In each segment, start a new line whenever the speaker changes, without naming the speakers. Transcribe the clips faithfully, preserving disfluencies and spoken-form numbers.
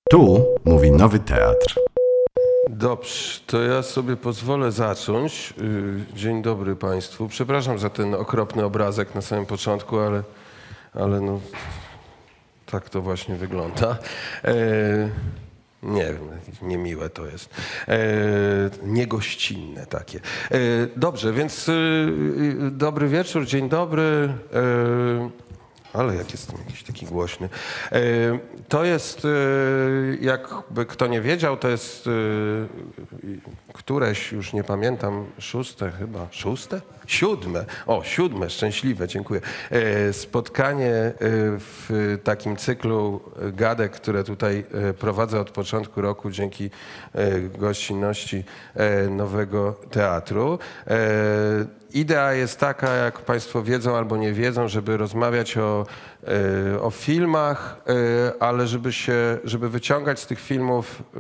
Tu mówi Nowy Teatr.
Dobrze, to ja sobie pozwolę zacząć. Dzień dobry Państwu. Przepraszam za ten okropny obrazek na samym początku, ale, ale no, tak to właśnie wygląda. E, nie wiem, niemiłe to jest. E, niegościnne takie. E, dobrze, więc e, dobry wieczór, dzień dobry. E, Ale jak jestem jakiś taki głośny. E, to jest, e, jakby kto nie wiedział, to jest e, któreś, już nie pamiętam, szóste chyba, szóste? Siódme, o siódme, szczęśliwe, dziękuję. E, spotkanie e, w takim cyklu gadek, które tutaj e, prowadzę od początku roku dzięki e, gościnności e, Nowego Teatru. E, Idea jest taka, jak Państwo wiedzą albo nie wiedzą, żeby rozmawiać o, y, o filmach, y, ale żeby, się, żeby wyciągać z tych filmów y,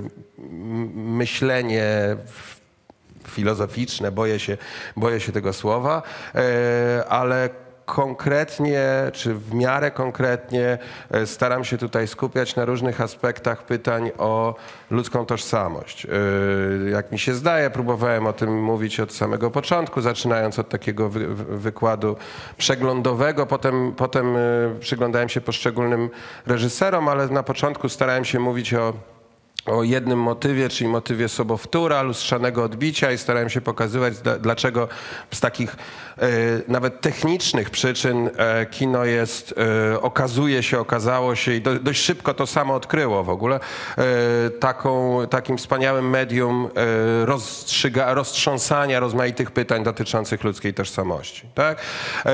myślenie filozoficzne, boję się, boję się tego słowa, y, ale konkretnie, czy w miarę konkretnie staram się tutaj skupiać na różnych aspektach pytań o ludzką tożsamość. Jak mi się zdaje, próbowałem o tym mówić od samego początku, zaczynając od takiego wy wykładu przeglądowego, potem, potem przyglądałem się poszczególnym reżyserom, ale na początku starałem się mówić o o jednym motywie, czyli motywie sobowtóra, lustrzanego odbicia i starałem się pokazywać, dlaczego z takich e, nawet technicznych przyczyn e, kino jest, e, okazuje się, okazało się i do, dość szybko to samo odkryło w ogóle, e, taką, takim wspaniałym medium e, rozstrzyga, roztrząsania rozmaitych pytań dotyczących ludzkiej tożsamości. Tak? E,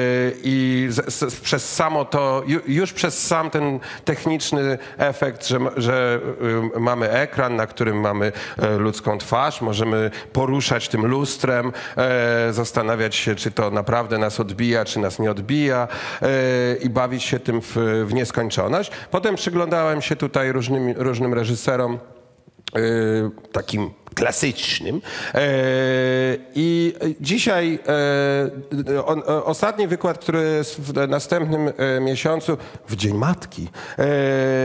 I z, z, przez samo to, ju, już przez sam ten techniczny efekt, że, że mamy ekran, na którym mamy ludzką twarz, możemy poruszać tym lustrem, e, zastanawiać się, czy to naprawdę nas odbija, czy nas nie odbija e, i bawić się tym w, w nieskończoność. Potem przyglądałem się tutaj różnym, różnym reżyserom, e, takim klasycznym. E, I dzisiaj e, on, ostatni wykład, który jest w następnym e, miesiącu, w Dzień Matki, e, e,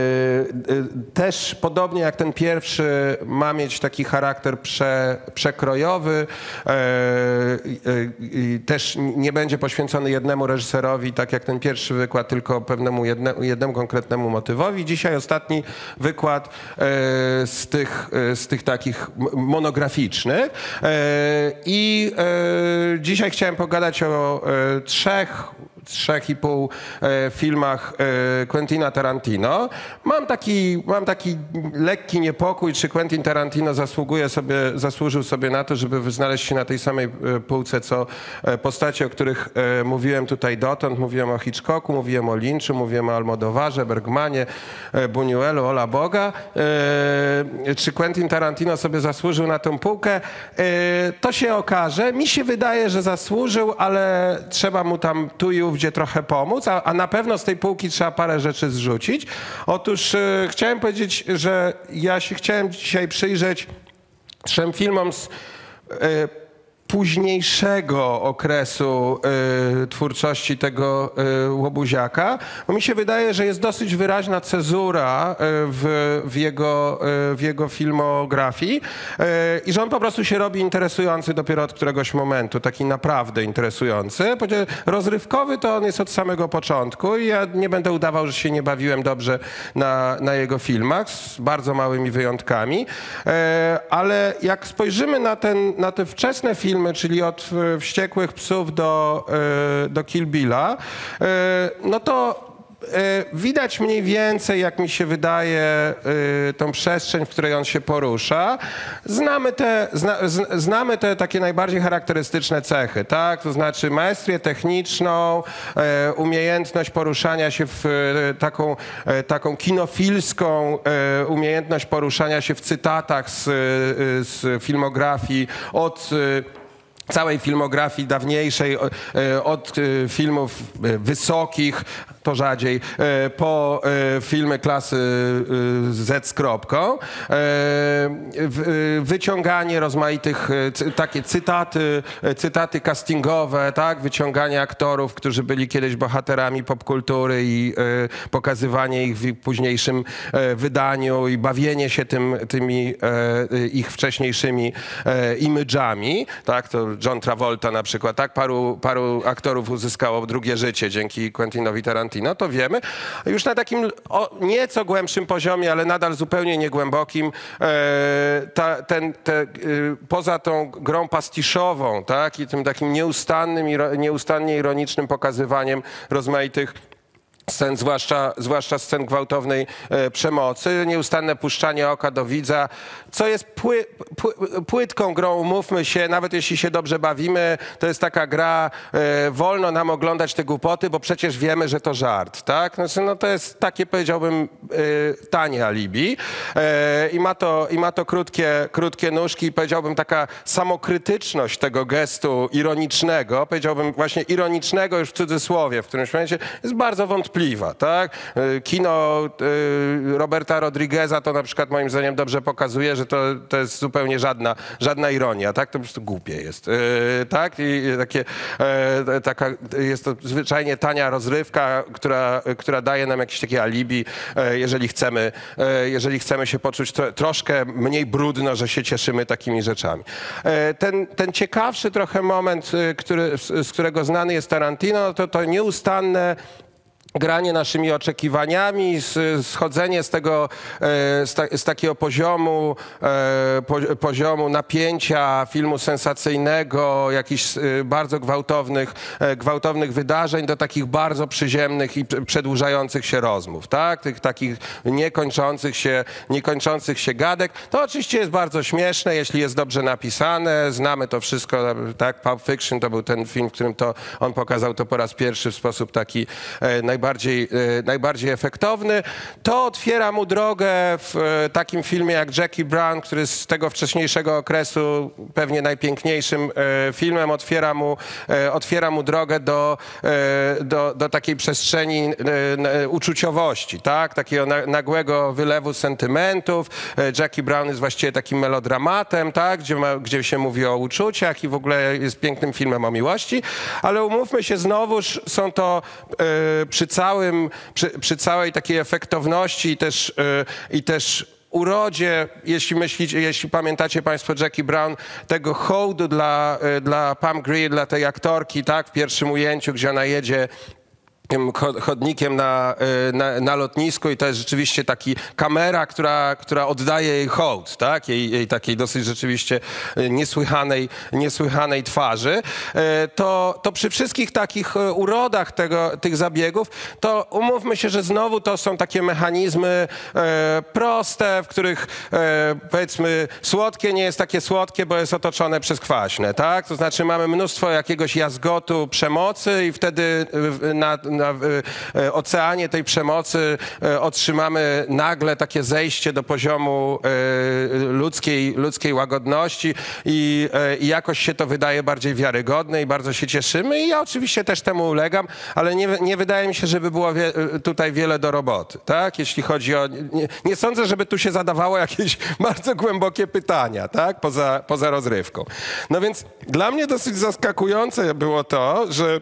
też podobnie jak ten pierwszy ma mieć taki charakter prze, przekrojowy. E, e, też nie będzie poświęcony jednemu reżyserowi, tak jak ten pierwszy wykład, tylko pewnemu jedne, jednemu konkretnemu motywowi. Dzisiaj ostatni wykład e, z, tych, z tych takich monograficznych. I dzisiaj chciałem pogadać o trzech, trzech i pół filmach Quentina Tarantino. Mam taki, mam taki lekki niepokój, czy Quentin Tarantino zasługuje sobie, zasłużył sobie na to, żeby znaleźć się na tej samej półce, co postacie, o których mówiłem tutaj dotąd. Mówiłem o Hitchcocku, mówiłem o Lynchu, mówiłem o Almodovarze, Bergmanie, Buñuelu, Ola Boga. Czy Quentin Tarantino sobie zasłużył na tą półkę? To się okaże. Mi się wydaje, że zasłużył, ale trzeba mu tam tu i ówdzie trochę pomóc, a, a na pewno z tej półki trzeba parę rzeczy zrzucić. Otóż e, chciałem powiedzieć, że ja się chciałem dzisiaj przyjrzeć trzem filmom z e, późniejszego okresu y, twórczości tego y, Łobuziaka, bo mi się wydaje, że jest dosyć wyraźna cezura y, w, w, jego, y, w jego filmografii y, i że on po prostu się robi interesujący dopiero od któregoś momentu, taki naprawdę interesujący. Rozrywkowy to on jest od samego początku i ja nie będę udawał, że się nie bawiłem dobrze na, na jego filmach, z bardzo małymi wyjątkami, y, ale jak spojrzymy na, ten, na te wczesne filmy, czyli od Wściekłych Psów do, do Kill Billa, no to widać mniej więcej, jak mi się wydaje, tą przestrzeń, w której on się porusza. Znamy te, zna, znamy te takie najbardziej charakterystyczne cechy, tak? To znaczy maestrię techniczną, umiejętność poruszania się w taką, taką kinofilską umiejętność poruszania się w cytatach z, z filmografii od całej filmografii dawniejszej, od filmów wysokich, to rzadziej, e, po e, filmy klasy e, Z z kropką, e, w, e, wyciąganie rozmaitych, e, cy, takie cytaty, e, cytaty castingowe, tak, wyciąganie aktorów, którzy byli kiedyś bohaterami popkultury i e, pokazywanie ich w późniejszym e, wydaniu i bawienie się tym, tymi e, ich wcześniejszymi e, imidżami, tak, to John Travolta na przykład, tak, paru, paru aktorów uzyskało drugie życie dzięki Quentinowi Tarantino, to wiemy. Już na takim o, nieco głębszym poziomie, ale nadal zupełnie niegłębokim, e, ta, ten, te, e, poza tą grą pastiszową, tak, i tym takim nieustannym, iro, nieustannie ironicznym pokazywaniem rozmaitych scen, zwłaszcza, zwłaszcza scen gwałtownej e, przemocy, nieustanne puszczanie oka do widza, co jest pły, pły, płytką grą, umówmy się, nawet jeśli się dobrze bawimy, to jest taka gra, e, wolno nam oglądać te głupoty, bo przecież wiemy, że to żart, tak? Znaczy, no to jest takie, powiedziałbym, e, tanie alibi e, i ma to, i ma to krótkie, krótkie nóżki i powiedziałbym taka samokrytyczność tego gestu ironicznego, powiedziałbym właśnie ironicznego już w cudzysłowie w którymś momencie, jest bardzo wątpliwa. Tak? Kino Roberta Rodrigueza to na przykład moim zdaniem dobrze pokazuje, że to, to jest zupełnie żadna, żadna ironia, tak? To po prostu głupie jest. Tak? I takie, taka, jest to zwyczajnie tania rozrywka, która, która daje nam jakieś takie alibi, jeżeli chcemy, jeżeli chcemy się poczuć tro, troszkę mniej brudno, że się cieszymy takimi rzeczami. Ten, ten ciekawszy trochę moment, który, z którego znany jest Tarantino, to to nieustanne granie naszymi oczekiwaniami, schodzenie z tego, z, ta, z takiego poziomu, po, poziomu napięcia filmu sensacyjnego, jakichś bardzo gwałtownych, gwałtownych wydarzeń do takich bardzo przyziemnych i przedłużających się rozmów, tak? Tych takich niekończących się, niekończących się gadek. To oczywiście jest bardzo śmieszne, jeśli jest dobrze napisane, znamy to wszystko, tak? Pulp Fiction to był ten film, w którym to on pokazał to po raz pierwszy w sposób taki najbardziej Najbardziej, najbardziej efektowny. To otwiera mu drogę w takim filmie jak Jackie Brown, który z tego wcześniejszego okresu pewnie najpiękniejszym filmem otwiera mu, otwiera mu drogę do, do, do takiej przestrzeni uczuciowości, tak? Takiego nagłego wylewu sentymentów. Jackie Brown jest właściwie takim melodramatem, tak? Gdzie, ma, gdzie się mówi o uczuciach i w ogóle jest pięknym filmem o miłości, ale umówmy się, znowuż są to przy całym, przy, przy całej takiej efektowności i też, yy, i też urodzie, jeśli myślicie, jeśli pamiętacie państwo Jackie Brown, tego hołdu dla, yy, dla Pam Grier, dla tej aktorki, tak, w pierwszym ujęciu, gdzie ona jedzie tym chodnikiem na, na, na lotnisku i to jest rzeczywiście taki kamera, która, która oddaje jej hołd, tak? Jej, jej takiej dosyć rzeczywiście niesłychanej, niesłychanej twarzy. To, to przy wszystkich takich urodach tego, tych zabiegów, to umówmy się, że znowu to są takie mechanizmy e, proste, w których e, powiedzmy słodkie nie jest takie słodkie, bo jest otoczone przez kwaśne, tak? To znaczy mamy mnóstwo jakiegoś jazgotu przemocy i wtedy na, na w oceanie tej przemocy otrzymamy nagle takie zejście do poziomu ludzkiej, ludzkiej łagodności i, i jakoś się to wydaje bardziej wiarygodne i bardzo się cieszymy i ja oczywiście też temu ulegam, ale nie, nie wydaje mi się, żeby było wie, tutaj wiele do roboty, tak? Jeśli chodzi o... Nie, nie sądzę, żeby tu się zadawało jakieś bardzo głębokie pytania, tak? Poza, poza rozrywką. No więc dla mnie dosyć zaskakujące było to, że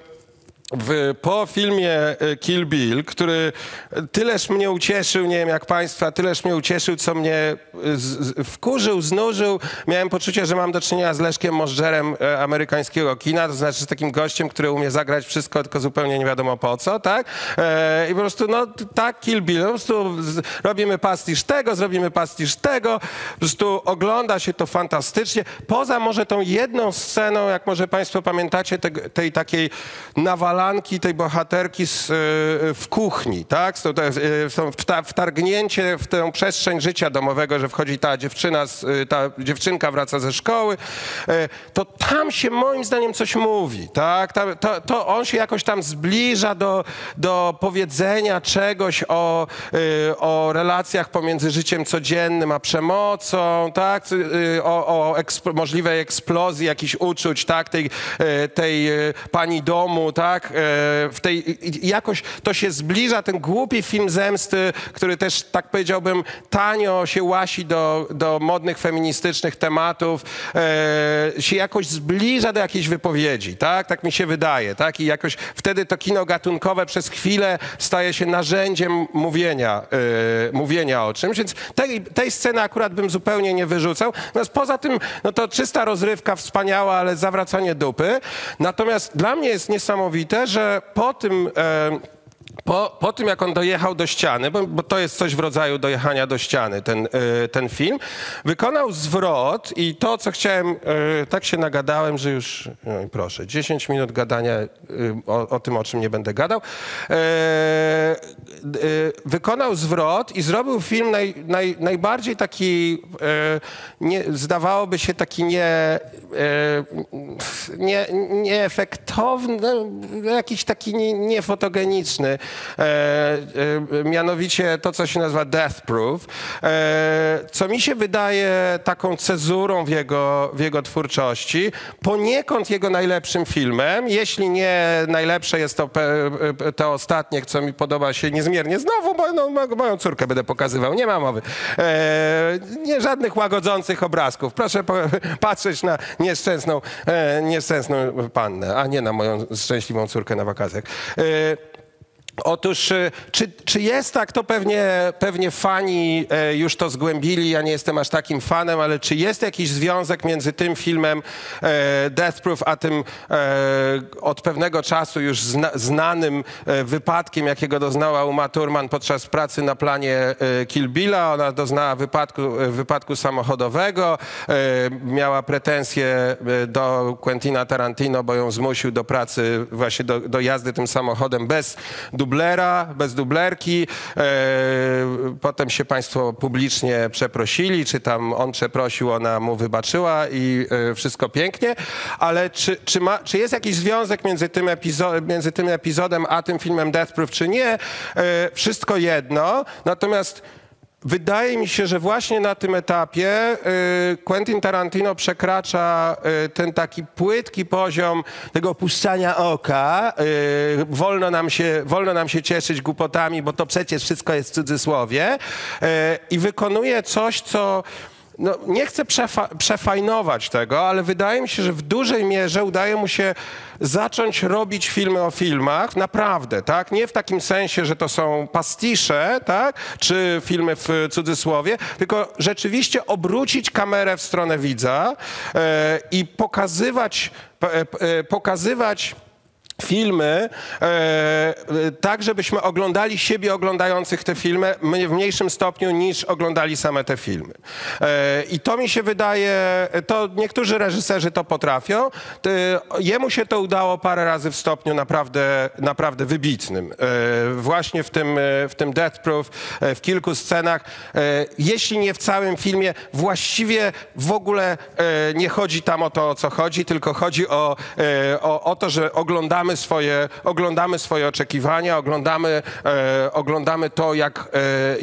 W, po filmie Kill Bill, który tyleż mnie ucieszył, nie wiem jak państwa, tyleż mnie ucieszył, co mnie z, z, wkurzył, znużył. Miałem poczucie, że mam do czynienia z Leszkiem Możdżerem e, amerykańskiego kina, to znaczy z takim gościem, który umie zagrać wszystko, tylko zupełnie nie wiadomo po co, tak? E, I po prostu, no tak, Kill Bill, po prostu z, robimy pastisz tego, zrobimy pastisz tego, po prostu ogląda się to fantastycznie. Poza może tą jedną sceną, jak może państwo pamiętacie, te, tej takiej nawalanej tej bohaterki z, w kuchni, tak? To, to, to wtargnięcie w tę przestrzeń życia domowego, że wchodzi ta dziewczyna, ta dziewczynka wraca ze szkoły, to tam się moim zdaniem coś mówi, tak? To, to on się jakoś tam zbliża do, do powiedzenia czegoś o, o relacjach pomiędzy życiem codziennym a przemocą, tak? O, o eksp- możliwej eksplozji jakichś uczuć, tak? Tej, tej pani domu, tak? w tej, i jakoś to się zbliża, ten głupi film zemsty, który też, tak powiedziałbym, tanio się łasi do, do modnych feministycznych tematów, e, się jakoś zbliża do jakiejś wypowiedzi, tak? Tak mi się wydaje, tak? I jakoś wtedy to kino gatunkowe przez chwilę staje się narzędziem mówienia, e, mówienia o czymś, więc tej, tej sceny akurat bym zupełnie nie wyrzucał. Natomiast poza tym, no to czysta rozrywka, wspaniała, ale zawracanie dupy. Natomiast dla mnie jest niesamowite, że po tym... E, Po, po tym, jak on dojechał do ściany, bo, bo to jest coś w rodzaju dojechania do ściany, ten, y, ten film, wykonał zwrot i to, co chciałem, y, tak się nagadałem, że już, no proszę, dziesięć minut gadania y, o, o tym, o czym nie będę gadał, y, y, wykonał zwrot i zrobił film naj, naj, najbardziej taki, y, nie, zdawałoby się taki nie, y, nie, nieefektowny, jakiś taki nie, niefotogeniczny. E, e, mianowicie to, co się nazywa Death Proof, e, co mi się wydaje taką cezurą w jego, w jego twórczości, poniekąd jego najlepszym filmem, jeśli nie najlepsze jest to pe, to ostatnie, co mi podoba się niezmiernie. Znowu bo, no, moją córkę będę pokazywał, nie ma mowy. E, nie żadnych łagodzących obrazków. Proszę po, patrzeć na nieszczęsną, e, nieszczęsną pannę, a nie na moją szczęśliwą córkę na wakacjach. E, Otóż, czy, czy jest tak, to pewnie, pewnie fani e, już to zgłębili, ja nie jestem aż takim fanem, ale czy jest jakiś związek między tym filmem e, Death Proof, a tym e, od pewnego czasu już zna, znanym e, wypadkiem, jakiego doznała Uma Thurman podczas pracy na planie e, Kill Billa? Ona doznała wypadku, e, wypadku samochodowego, e, miała pretensje e, do Quentina Tarantino, bo ją zmusił do pracy, właśnie do, do jazdy tym samochodem bez dublera, bez dublerki. E, potem się państwo publicznie przeprosili, czy tam on przeprosił, ona mu wybaczyła i e, wszystko pięknie. Ale czy, czy, ma, czy jest jakiś związek między tym, epizo- między tym epizodem a tym filmem Death Proof, czy nie? E, wszystko jedno. Natomiast wydaje mi się, że właśnie na tym etapie y, Quentin Tarantino przekracza y, ten taki płytki poziom tego opuszczania oka. Y, wolno nam się, wolno nam się cieszyć głupotami, bo to przecież wszystko jest w cudzysłowie. Y, I wykonuje coś, co... No, nie chcę przefa- przefajnować tego, ale wydaje mi się, że w dużej mierze udaje mu się zacząć robić filmy o filmach, naprawdę, tak? Nie w takim sensie, że to są pastisze, tak? Czy filmy w cudzysłowie, tylko rzeczywiście obrócić kamerę w stronę widza e, i pokazywać, e, e, pokazywać filmy, e, tak żebyśmy oglądali siebie oglądających te filmy w mniejszym stopniu niż oglądali same te filmy. E, I to mi się wydaje, to niektórzy reżyserzy to potrafią. E, jemu się to udało parę razy w stopniu naprawdę, naprawdę wybitnym. E, właśnie w tym, w tym Death Proof, e, w kilku scenach, e, jeśli nie w całym filmie, właściwie w ogóle e, nie chodzi tam o to, o co chodzi, tylko chodzi o, e, o, o to, że oglądamy swoje, oglądamy swoje oczekiwania, oglądamy, e, oglądamy to, jak, e,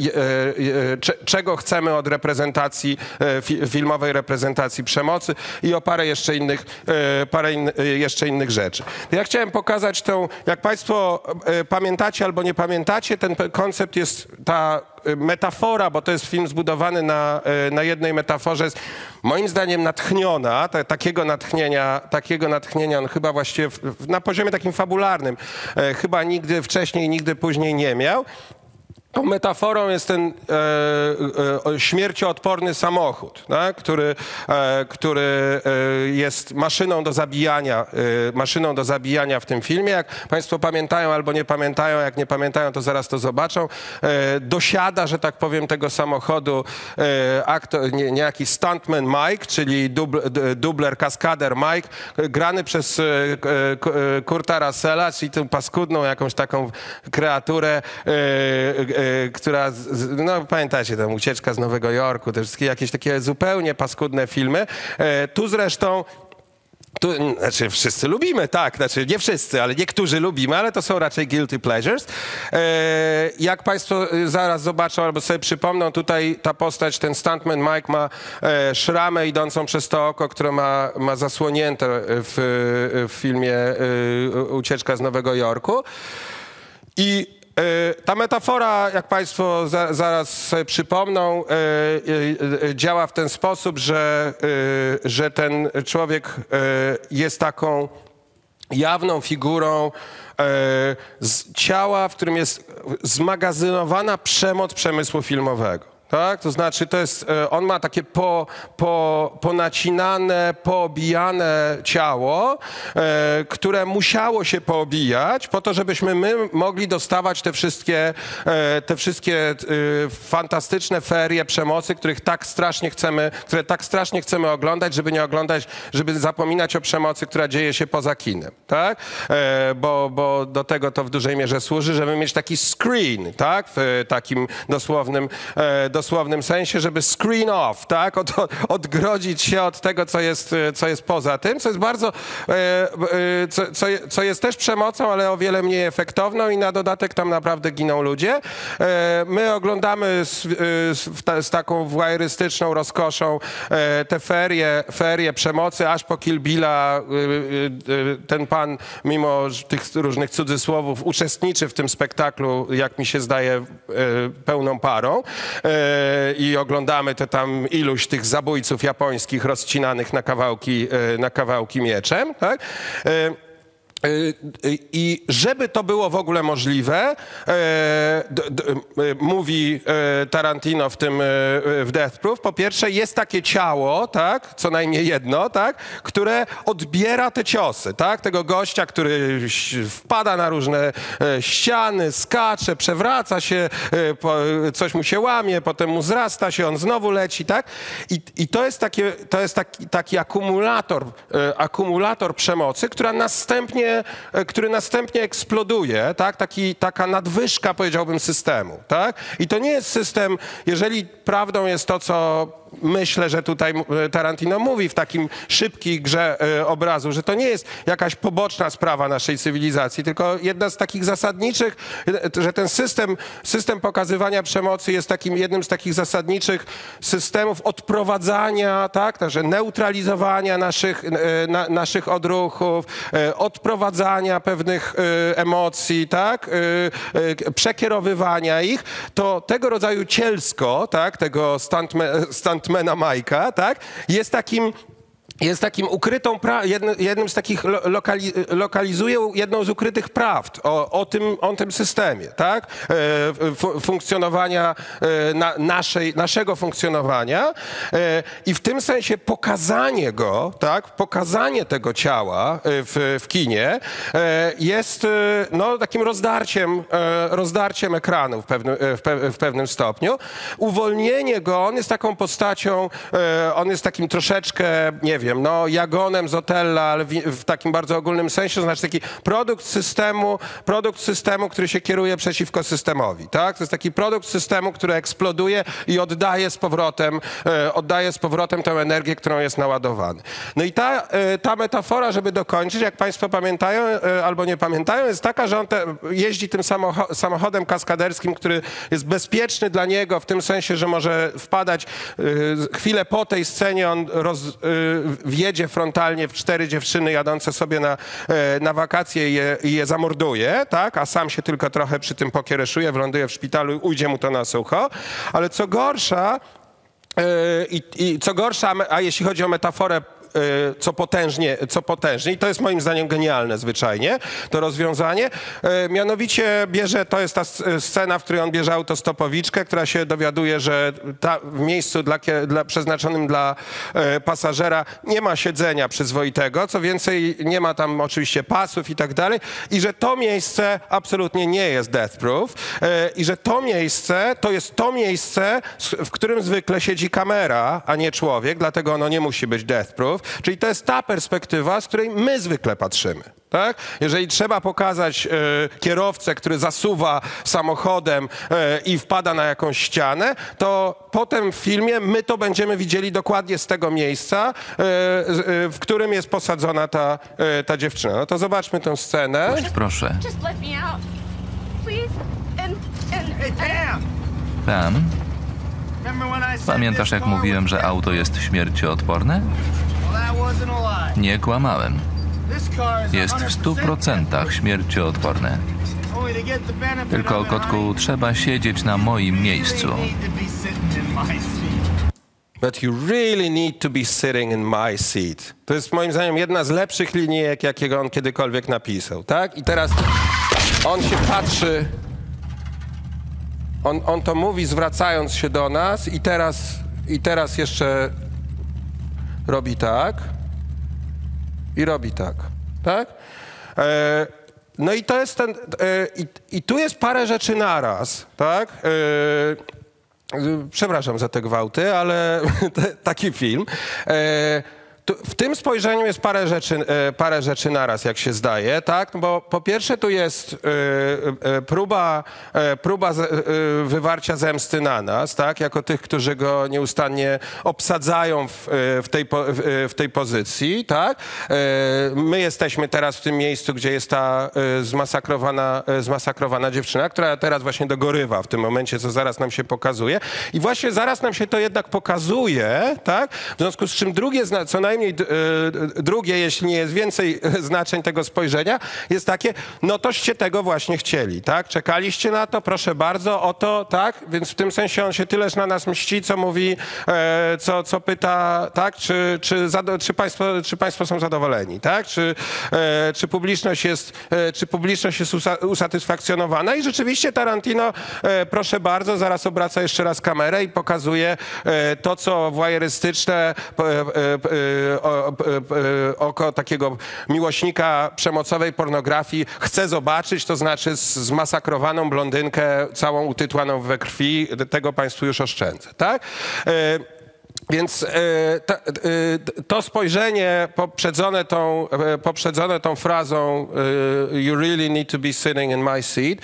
e, cze, czego chcemy od reprezentacji, e, fi, filmowej reprezentacji przemocy i o parę jeszcze innych, e, parę in, e, jeszcze innych rzeczy. Ja chciałem pokazać tą, jak państwo e, pamiętacie albo nie pamiętacie, ten koncept jest ta metafora, bo to jest film zbudowany na, na jednej metaforze, jest moim zdaniem natchniona, ta, takiego natchnienia, takiego natchnienia on chyba właściwie w, na poziomie takim fabularnym e, chyba nigdy wcześniej, nigdy później nie miał. Tą metaforą jest ten e, e, śmiercioodporny samochód, tak? który, e, który e, jest maszyną do zabijania, e, maszyną do zabijania w tym filmie. Jak państwo pamiętają albo nie pamiętają, jak nie pamiętają, to zaraz to zobaczą. E, dosiada, że tak powiem, tego samochodu e, aktor, nie, niejaki stuntman Mike, czyli dubl, dubler, kaskader Mike, grany przez e, e, Kurta Russella, czyli tę paskudną jakąś taką kreaturę, e, która, no pamiętacie, tam Ucieczka z Nowego Jorku, te wszystkie jakieś takie zupełnie paskudne filmy. Tu zresztą Tu, znaczy wszyscy lubimy, tak, znaczy nie wszyscy, ale niektórzy lubimy, ale to są raczej guilty pleasures. E, jak państwo zaraz zobaczą albo sobie przypomną, tutaj ta postać, ten stuntman Mike ma e, szramę idącą przez to oko, które ma, ma zasłonięte w, w filmie e, Ucieczka z Nowego Jorku. I ta metafora, jak państwo za, zaraz sobie przypomną, działa w ten sposób, że, że ten człowiek jest taką jawną figurą z ciała, w którym jest zmagazynowana przemoc przemysłu filmowego. Tak? To znaczy, to jest, on ma takie po, po, ponacinane, poobijane ciało, e, które musiało się poobijać po to, żebyśmy my mogli dostawać te wszystkie, e, te wszystkie e, fantastyczne ferie przemocy, których tak strasznie chcemy, które tak strasznie chcemy oglądać, żeby nie oglądać, żeby zapominać o przemocy, która dzieje się poza kinem. Tak? E, bo, bo do tego to w dużej mierze służy, żeby mieć taki screen, tak? W takim dosłownym e, dosłownym sensie, żeby screen off, tak? Od, odgrodzić się od tego, co jest, co jest poza tym, co jest bardzo, co, co, co jest też przemocą, ale o wiele mniej efektowną i na dodatek tam naprawdę giną ludzie. My oglądamy z, z, z taką voyeurystyczną rozkoszą te ferie, ferie przemocy, aż po Kill Billa ten pan, mimo tych różnych cudzysłowów, uczestniczy w tym spektaklu, jak mi się zdaje, pełną parą. I oglądamy te tam iluś tych zabójców japońskich rozcinanych na kawałki, na kawałki mieczem, tak? I żeby to było w ogóle możliwe, d, d, mówi Tarantino w tym w Death Proof, po pierwsze jest takie ciało, tak, co najmniej jedno, tak, które odbiera te ciosy, tak, tego gościa, który wpada na różne ściany, skacze, przewraca się, coś mu się łamie, potem mu zrasta się, on znowu leci, tak, i, i to jest, takie, to jest taki, taki akumulator, akumulator przemocy, która następnie który następnie eksploduje, tak? Taki, taka nadwyżka, powiedziałbym, systemu. Tak? I to nie jest system, jeżeli prawdą jest to, co myślę, że tutaj Tarantino mówi w takim szybkiej grze y, obrazu, że to nie jest jakaś poboczna sprawa naszej cywilizacji, tylko jedna z takich zasadniczych, że ten system, system pokazywania przemocy jest takim, jednym z takich zasadniczych systemów odprowadzania, tak, także neutralizowania naszych, y, na, naszych odruchów, y, odprowadzania pewnych y, emocji, tak, y, y, przekierowywania ich, to tego rodzaju cielsko, tak, tego stuntman, stunt Stuntmana Mike'a, tak, jest takim jest takim ukrytą, pra- jednym, jednym z takich lo- lokali- lokalizuje jedną z ukrytych prawd o, o, tym, o tym systemie, tak? E, f- funkcjonowania, e, na, naszej, naszego funkcjonowania e, i w tym sensie pokazanie go, tak? Pokazanie tego ciała w, w kinie e, jest e, no, takim rozdarciem, e, rozdarciem ekranu w pewnym, w, pe- w pewnym stopniu. Uwolnienie go, on jest taką postacią, e, on jest takim troszeczkę, nie wiem, no Jagonem z Otella, ale w, w takim bardzo ogólnym sensie, to znaczy taki produkt systemu, produkt systemu, który się kieruje przeciwko systemowi, tak? To jest taki produkt systemu, który eksploduje i oddaje z powrotem, e, oddaje z powrotem tę energię, którą jest naładowany. No i ta, e, ta metafora, żeby dokończyć, jak państwo pamiętają e, albo nie pamiętają, jest taka, że on te, jeździ tym samocho- samochodem kaskaderskim, który jest bezpieczny dla niego w tym sensie, że może wpadać e, chwilę po tej scenie, on roz, e, wjedzie frontalnie w cztery dziewczyny jadące sobie na, na wakacje i je, i je zamorduje, tak? A sam się tylko trochę przy tym pokiereszuje, wyląduje w szpitalu i ujdzie mu to na sucho. Ale co gorsza, yy, i, i co gorsza, a jeśli chodzi o metaforę, co potężnie, co potężnie. I to jest moim zdaniem genialne zwyczajnie, to rozwiązanie. Mianowicie bierze, to jest ta scena, w której on bierze autostopowiczkę, która się dowiaduje, że ta, w miejscu dla, dla, przeznaczonym dla pasażera nie ma siedzenia przyzwoitego, co więcej nie ma tam oczywiście pasów i tak dalej i że to miejsce absolutnie nie jest death proof i że to miejsce to jest to miejsce, w którym zwykle siedzi kamera, a nie człowiek, dlatego ono nie musi być death proof. filmów, czyli to jest ta perspektywa, z której my zwykle patrzymy. Tak? Jeżeli trzeba pokazać e, kierowcę, który zasuwa samochodem e, i wpada na jakąś ścianę, to potem w filmie my to będziemy widzieli dokładnie z tego miejsca, e, e, w którym jest posadzona ta, e, ta dziewczyna. No to zobaczmy tę scenę.
Proszę.
Just let me out, please. And and
Hey, Pam!
Pam,
Remember when I said
pamiętasz
this
jak
car
mówiłem,
was
że auto jest śmiercioodporne?
Well, that wasn't a lie.
Nie kłamałem.
This car is
Jest w stu procentach śmiercioodporne.
Only to get the benefit
Tylko,
of it,
kotku,
I
trzeba siedzieć na moim miejscu.
really need to be sitting in my seat.
But you really need to be sitting in my seat. To jest moim zdaniem jedna z lepszych linijek, jakiego on kiedykolwiek napisał, tak? I teraz on się patrzy, on, on to mówi zwracając się do nas i teraz, i teraz jeszcze robi tak i robi tak, tak? E, no i to jest ten, e, i, i tu jest parę rzeczy naraz, tak? E, Przepraszam za te gwałty, ale te, taki film. E, tu, w tym spojrzeniu jest parę rzeczy, e, parę rzeczy naraz, jak się zdaje, tak? Bo po pierwsze tu jest e, e, próba, e, próba z, e, wywarcia zemsty na nas, tak? Jako tych, którzy go nieustannie obsadzają w, e, w, tej, po, w, w tej pozycji, tak? E, my jesteśmy teraz w tym miejscu, gdzie jest ta e, zmasakrowana, e, zmasakrowana dziewczyna, która teraz właśnie dogorywa w tym momencie, co zaraz nam się pokazuje. I właśnie zaraz nam się to jednak pokazuje, tak? W związku z czym drugie, zna- co najmniej d- e, drugie, jeśli nie jest więcej e, znaczeń tego spojrzenia, jest takie, no toście tego właśnie chcieli, tak? Czekaliście na to, proszę bardzo, o to, tak? Więc w tym sensie on się tyleż na nas mści, co mówi, e, co, co pyta, tak? Czy, czy, zado- czy, państwo, czy państwo są zadowoleni, tak? Czy, e, czy publiczność jest, e, czy publiczność jest usa- usatysfakcjonowana? I rzeczywiście Tarantino, e, proszę bardzo, zaraz obraca jeszcze raz kamerę i pokazuje e, to, co wojerystyczne e, e, e, o, e, e, oko takiego miłośnika przemocowej pornografii chce zobaczyć, to znaczy z- zmasakrowaną blondynkę, całą utytłaną we krwi. Tego państwu już oszczędzę, tak? E, Więc e, ta, e, to spojrzenie poprzedzone tą, e, poprzedzone tą frazą e, you really need to be sitting in my seat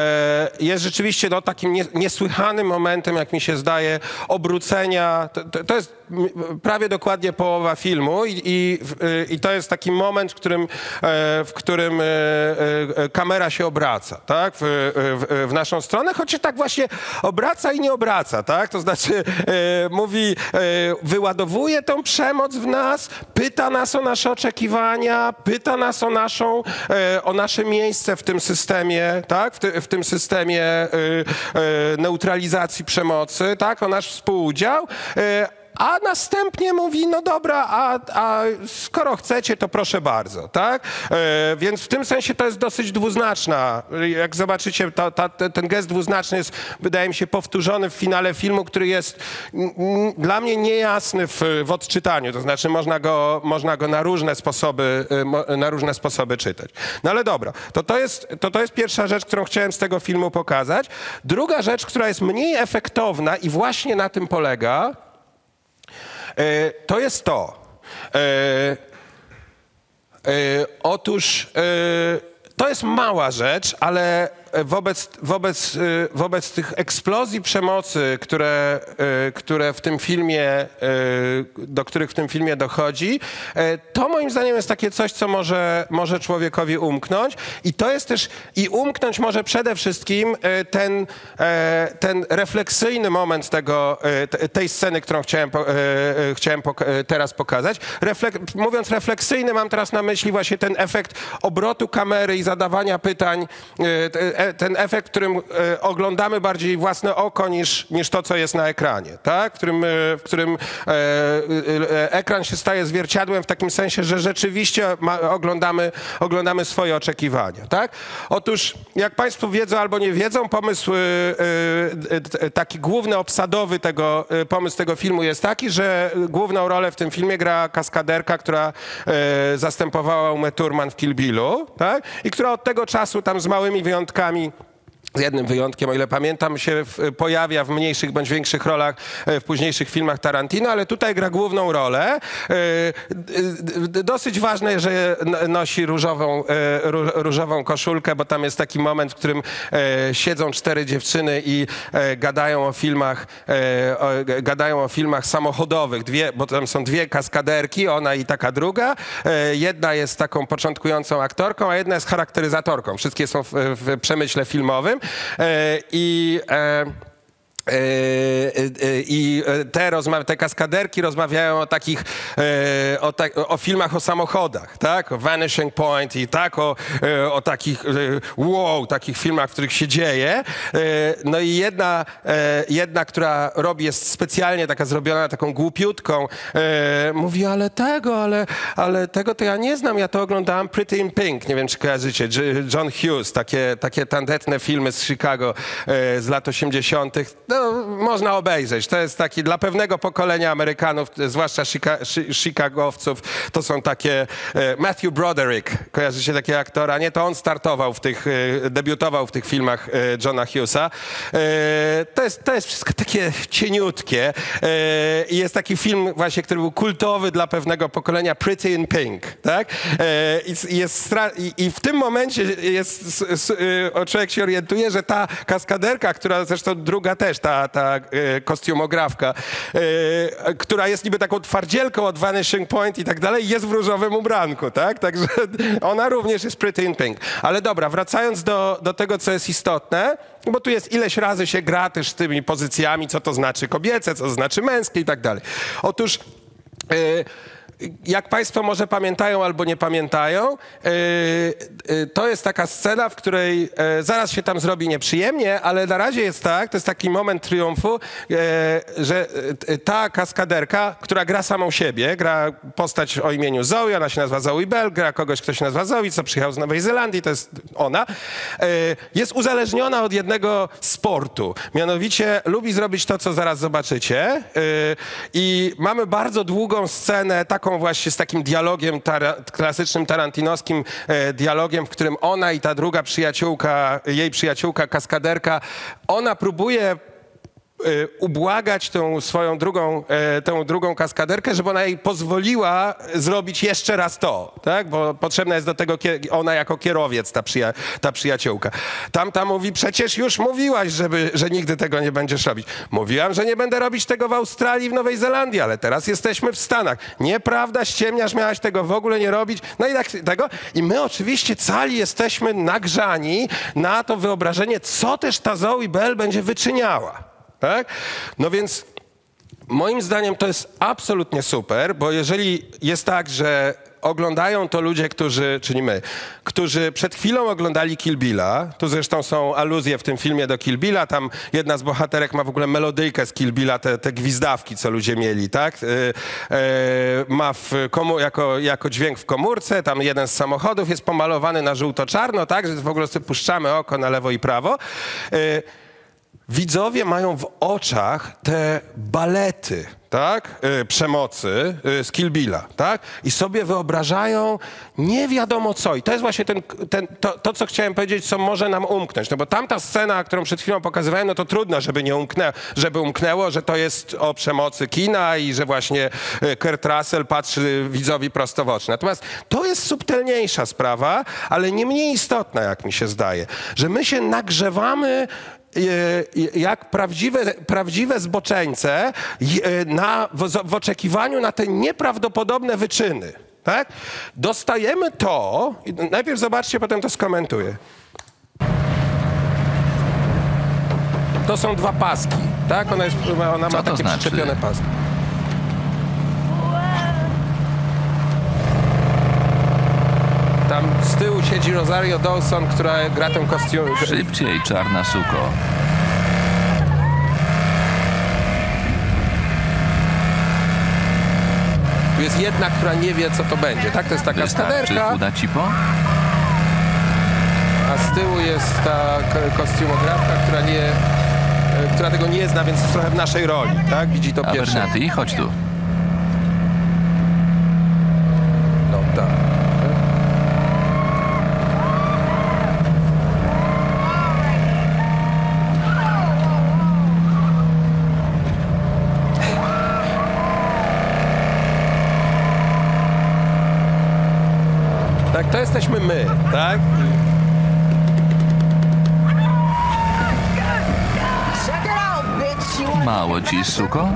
e, jest rzeczywiście no, takim nie, niesłychanym momentem, jak mi się zdaje, obrócenia. To, to, to jest m- prawie dokładnie połowa filmu i, i, w- i to jest taki moment, w którym, e, w którym e, e, kamera się obraca, tak? W, w, w naszą stronę, choć się tak właśnie obraca i nie obraca, tak? To znaczy e, mówi e, wyładowuje tą przemoc w nas, pyta nas o nasze oczekiwania, pyta nas o naszą, e, o nasze miejsce w tym systemie, tak? W, ty, w tym systemie e, e, neutralizacji przemocy, tak? O nasz współudział. E, A następnie mówi, no dobra, a, a skoro chcecie, to proszę bardzo, tak? E, więc w tym sensie to jest dosyć dwuznaczna. Jak zobaczycie, ta, ta, ten gest dwuznaczny jest, wydaje mi się, powtórzony w finale filmu, który jest mm, mm, dla mnie niejasny w, w odczytaniu. To znaczy można go, można go na różne sposoby, y, mo- na różne sposoby czytać. No ale dobra, to to jest, to to jest pierwsza rzecz, którą chciałem z tego filmu pokazać. Druga rzecz, która jest mniej efektowna i właśnie na tym polega, E, to jest to. E, e, otóż e, to jest mała rzecz, ale wobec, wobec, e, wobec tych eksplozji przemocy, które, e, które w tym filmie, e, do których w tym filmie dochodzi, e, to moim zdaniem jest takie coś, co może, może człowiekowi umknąć. I to jest też, i umknąć może przede wszystkim e, ten, e, ten refleksyjny moment tego, e, te- tej sceny, którą chciałem, po, e, e, chciałem pok- e, teraz pokazać. Reflek- mówiąc refleksyjny, mam teraz na myśli właśnie ten efekt obrotu kamery i zadawania pytań, e, te- e, ten efekt, w którym e, oglądamy bardziej własne oko niż, niż to, co jest na ekranie, tak? W którym, e, w którym e, e, ekran się staje zwierciadłem w takim sensie, że rzeczywiście ma, oglądamy, oglądamy swoje oczekiwania, tak? Otóż, jak państwo wiedzą albo nie wiedzą, pomysł e, e, taki główny, obsadowy tego, e, pomysł tego filmu jest taki, że główną rolę w tym filmie gra kaskaderka, która e, zastępowała Umę Thurman w Kill Billu, tak? I która od tego czasu tam z małymi wyjątkami z jednym wyjątkiem, o ile pamiętam, się w, pojawia w mniejszych bądź większych rolach w późniejszych filmach Tarantino, ale tutaj gra główną rolę. Dosyć ważne, że nosi różową, różową koszulkę, bo tam jest taki moment, w którym siedzą cztery dziewczyny i gadają o filmach, gadają o filmach samochodowych, dwie, bo tam są dwie kaskaderki, ona i taka druga. Jedna jest taką początkującą aktorką, a jedna jest charakteryzatorką. Wszystkie są w, w przemyśle filmowym. I I te, rozma- te kaskaderki rozmawiają o takich, o, ta- o filmach o samochodach, tak? O Vanishing Point i tak, o, o takich, wow, takich filmach, w których się dzieje. No i jedna, jedna, która robi, jest specjalnie taka zrobiona, taką głupiutką, mówi, ale tego, ale, ale tego to ja nie znam, ja to oglądałam Pretty in Pink, nie wiem, czy kojarzycie, John Hughes, takie, takie tandetne filmy z Chicago z lat osiemdziesiątych. No, można obejrzeć. To jest taki dla pewnego pokolenia Amerykanów, zwłaszcza Chica- Chi- Chicagowców, to są takie e, Matthew Broderick, kojarzycie takiego aktora? Nie, to on startował w tych, e, debiutował w tych filmach e, Johna Hughesa. E, to, jest, to jest wszystko takie cieniutkie. E, I jest taki film właśnie, który był kultowy dla pewnego pokolenia, Pretty in Pink, tak? E, i, jest stra- i, I w tym momencie jest, s, s, e, człowiek się orientuje, że ta kaskaderka, która zresztą druga też, ta ta e, kostiumografka, e, która jest niby taką twardzielką od Vanishing Point i tak dalej, jest w różowym ubranku, tak? Także ona również jest Pretty in Pink. Ale dobra, wracając do, do tego, co jest istotne, bo tu jest ileś razy się gra też z tymi pozycjami, co to znaczy kobiece, co to znaczy męskie i tak dalej. Otóż e, jak państwo może pamiętają albo nie pamiętają, yy, yy, to jest taka scena, w której yy, zaraz się tam zrobi nieprzyjemnie, ale na razie jest tak, to jest taki moment triumfu, yy, że yy, ta kaskaderka, która gra samą siebie, gra postać o imieniu Zoe, ona się nazywa Zoe Bell, gra kogoś, kto się nazywa Zoe, co przyjechał z Nowej Zelandii, to jest ona, yy, jest uzależniona od jednego sportu. Mianowicie lubi zrobić to, co zaraz zobaczycie. Yy, I mamy bardzo długą scenę, taką właśnie z takim dialogiem, tar- klasycznym tarantinowskim e, dialogiem, w którym ona i ta druga przyjaciółka, jej przyjaciółka, kaskaderka, ona próbuje y, ubłagać tą swoją drugą, y, tę drugą kaskaderkę, żeby ona jej pozwoliła zrobić jeszcze raz to, tak? Bo potrzebna jest do tego kie- ona jako kierowiec, ta, przyja- ta przyjaciółka. Tamta mówi, przecież już mówiłaś, żeby, że nigdy tego nie będziesz robić. Mówiłam, że nie będę robić tego w Australii, w Nowej Zelandii, ale teraz jesteśmy w Stanach. Nieprawda, ściemniasz, miałaś tego w ogóle nie robić. No i tak tego. I my oczywiście cali jesteśmy nagrzani na to wyobrażenie, co też ta Zoe Bell będzie wyczyniała. Tak? No więc moim zdaniem to jest absolutnie super, bo jeżeli jest tak, że oglądają to ludzie, którzy, czyli my, którzy przed chwilą oglądali Kill Billa, tu zresztą są aluzje w tym filmie do Kill Billa, tam jedna z bohaterek ma w ogóle melodyjkę z Kill Billa, te, te gwizdawki, co ludzie mieli, tak? Yy, yy, ma w komu- jako, jako dźwięk w komórce, tam jeden z samochodów jest pomalowany na żółto-czarno, tak? Że w ogóle sobie puszczamy oko na lewo i prawo. Yy, Widzowie mają w oczach te balety, tak, y, przemocy y, z Kill Billa, tak, i sobie wyobrażają nie wiadomo co. I to jest właśnie ten, ten, to, to, co chciałem powiedzieć, co może nam umknąć. No bo tamta scena, którą przed chwilą pokazywałem, no to trudno, żeby nie umknę, żeby umknęło, że to jest o przemocy kina i że właśnie y, Kurt Russell patrzy widzowi prosto w oczy. Natomiast to jest subtelniejsza sprawa, ale nie mniej istotna, jak mi się zdaje, że my się nagrzewamy jak prawdziwe, prawdziwe zboczeńce na, w, w oczekiwaniu na te nieprawdopodobne wyczyny. Tak? Dostajemy to, najpierw zobaczcie, potem to skomentuję. To są dwa paski, tak? Ona, jest, ona
Co
ma
to
takie
znaczy?
przyczepione paski. Tam z tyłu siedzi Rosario Dawson, która gra ten kostium.
Szybciej, czarna suko.
Tu jest jedna, która nie wie, co to będzie. Tak, to jest ta
Wystarczy
kaskaderka,
chuda cipo?
a z tyłu jest ta k- kostiumografka, która nie, e, która tego nie zna, więc jest trochę w naszej roli, tak? Widzi to pierwsze.
Abernathy, chodź tu.
No tak. Tak, to jesteśmy my, tak?
Mało ci, suko?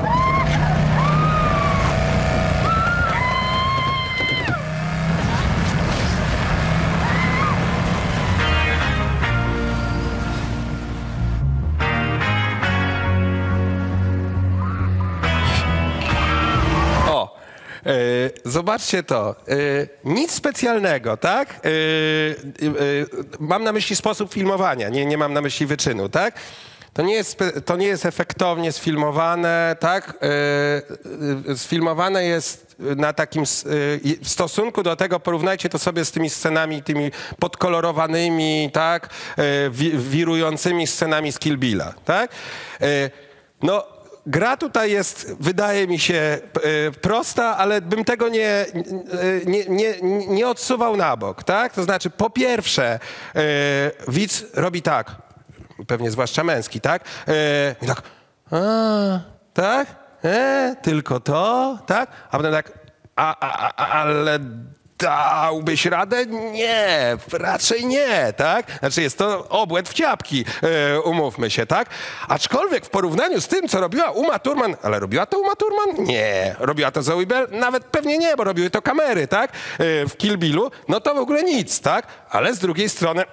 O, e, zobaczcie to. E, nic specjalnego, tak? E, e, mam na myśli sposób filmowania, nie, nie mam na myśli wyczynu, tak? To nie jest, spe- to nie jest efektownie sfilmowane, tak? E, e, sfilmowane jest na takim, s- e, w stosunku do tego, porównajcie to sobie z tymi scenami, tymi podkolorowanymi, tak? E, wi- wirującymi scenami z Kill Billa, tak? E, no, gra tutaj jest, wydaje mi się, e, prosta, ale bym tego nie, nie, nie, nie odsuwał na bok, tak? To znaczy, po pierwsze, e, widz robi tak, pewnie zwłaszcza męski, tak? E, I tak, a, tak? E, tylko to, tak? A potem tak, a, a, a, ale dałbyś radę? Nie, raczej nie, tak? Znaczy jest to obłęd w ciapki, e, umówmy się, tak? Aczkolwiek w porównaniu z tym, co robiła Uma Thurman, ale robiła to Uma Thurman? Nie. Robiła to Zoe Bell? Nawet pewnie nie, bo robiły to kamery, tak? E, w Kill Billu, no to w ogóle nic, tak? Ale z drugiej strony...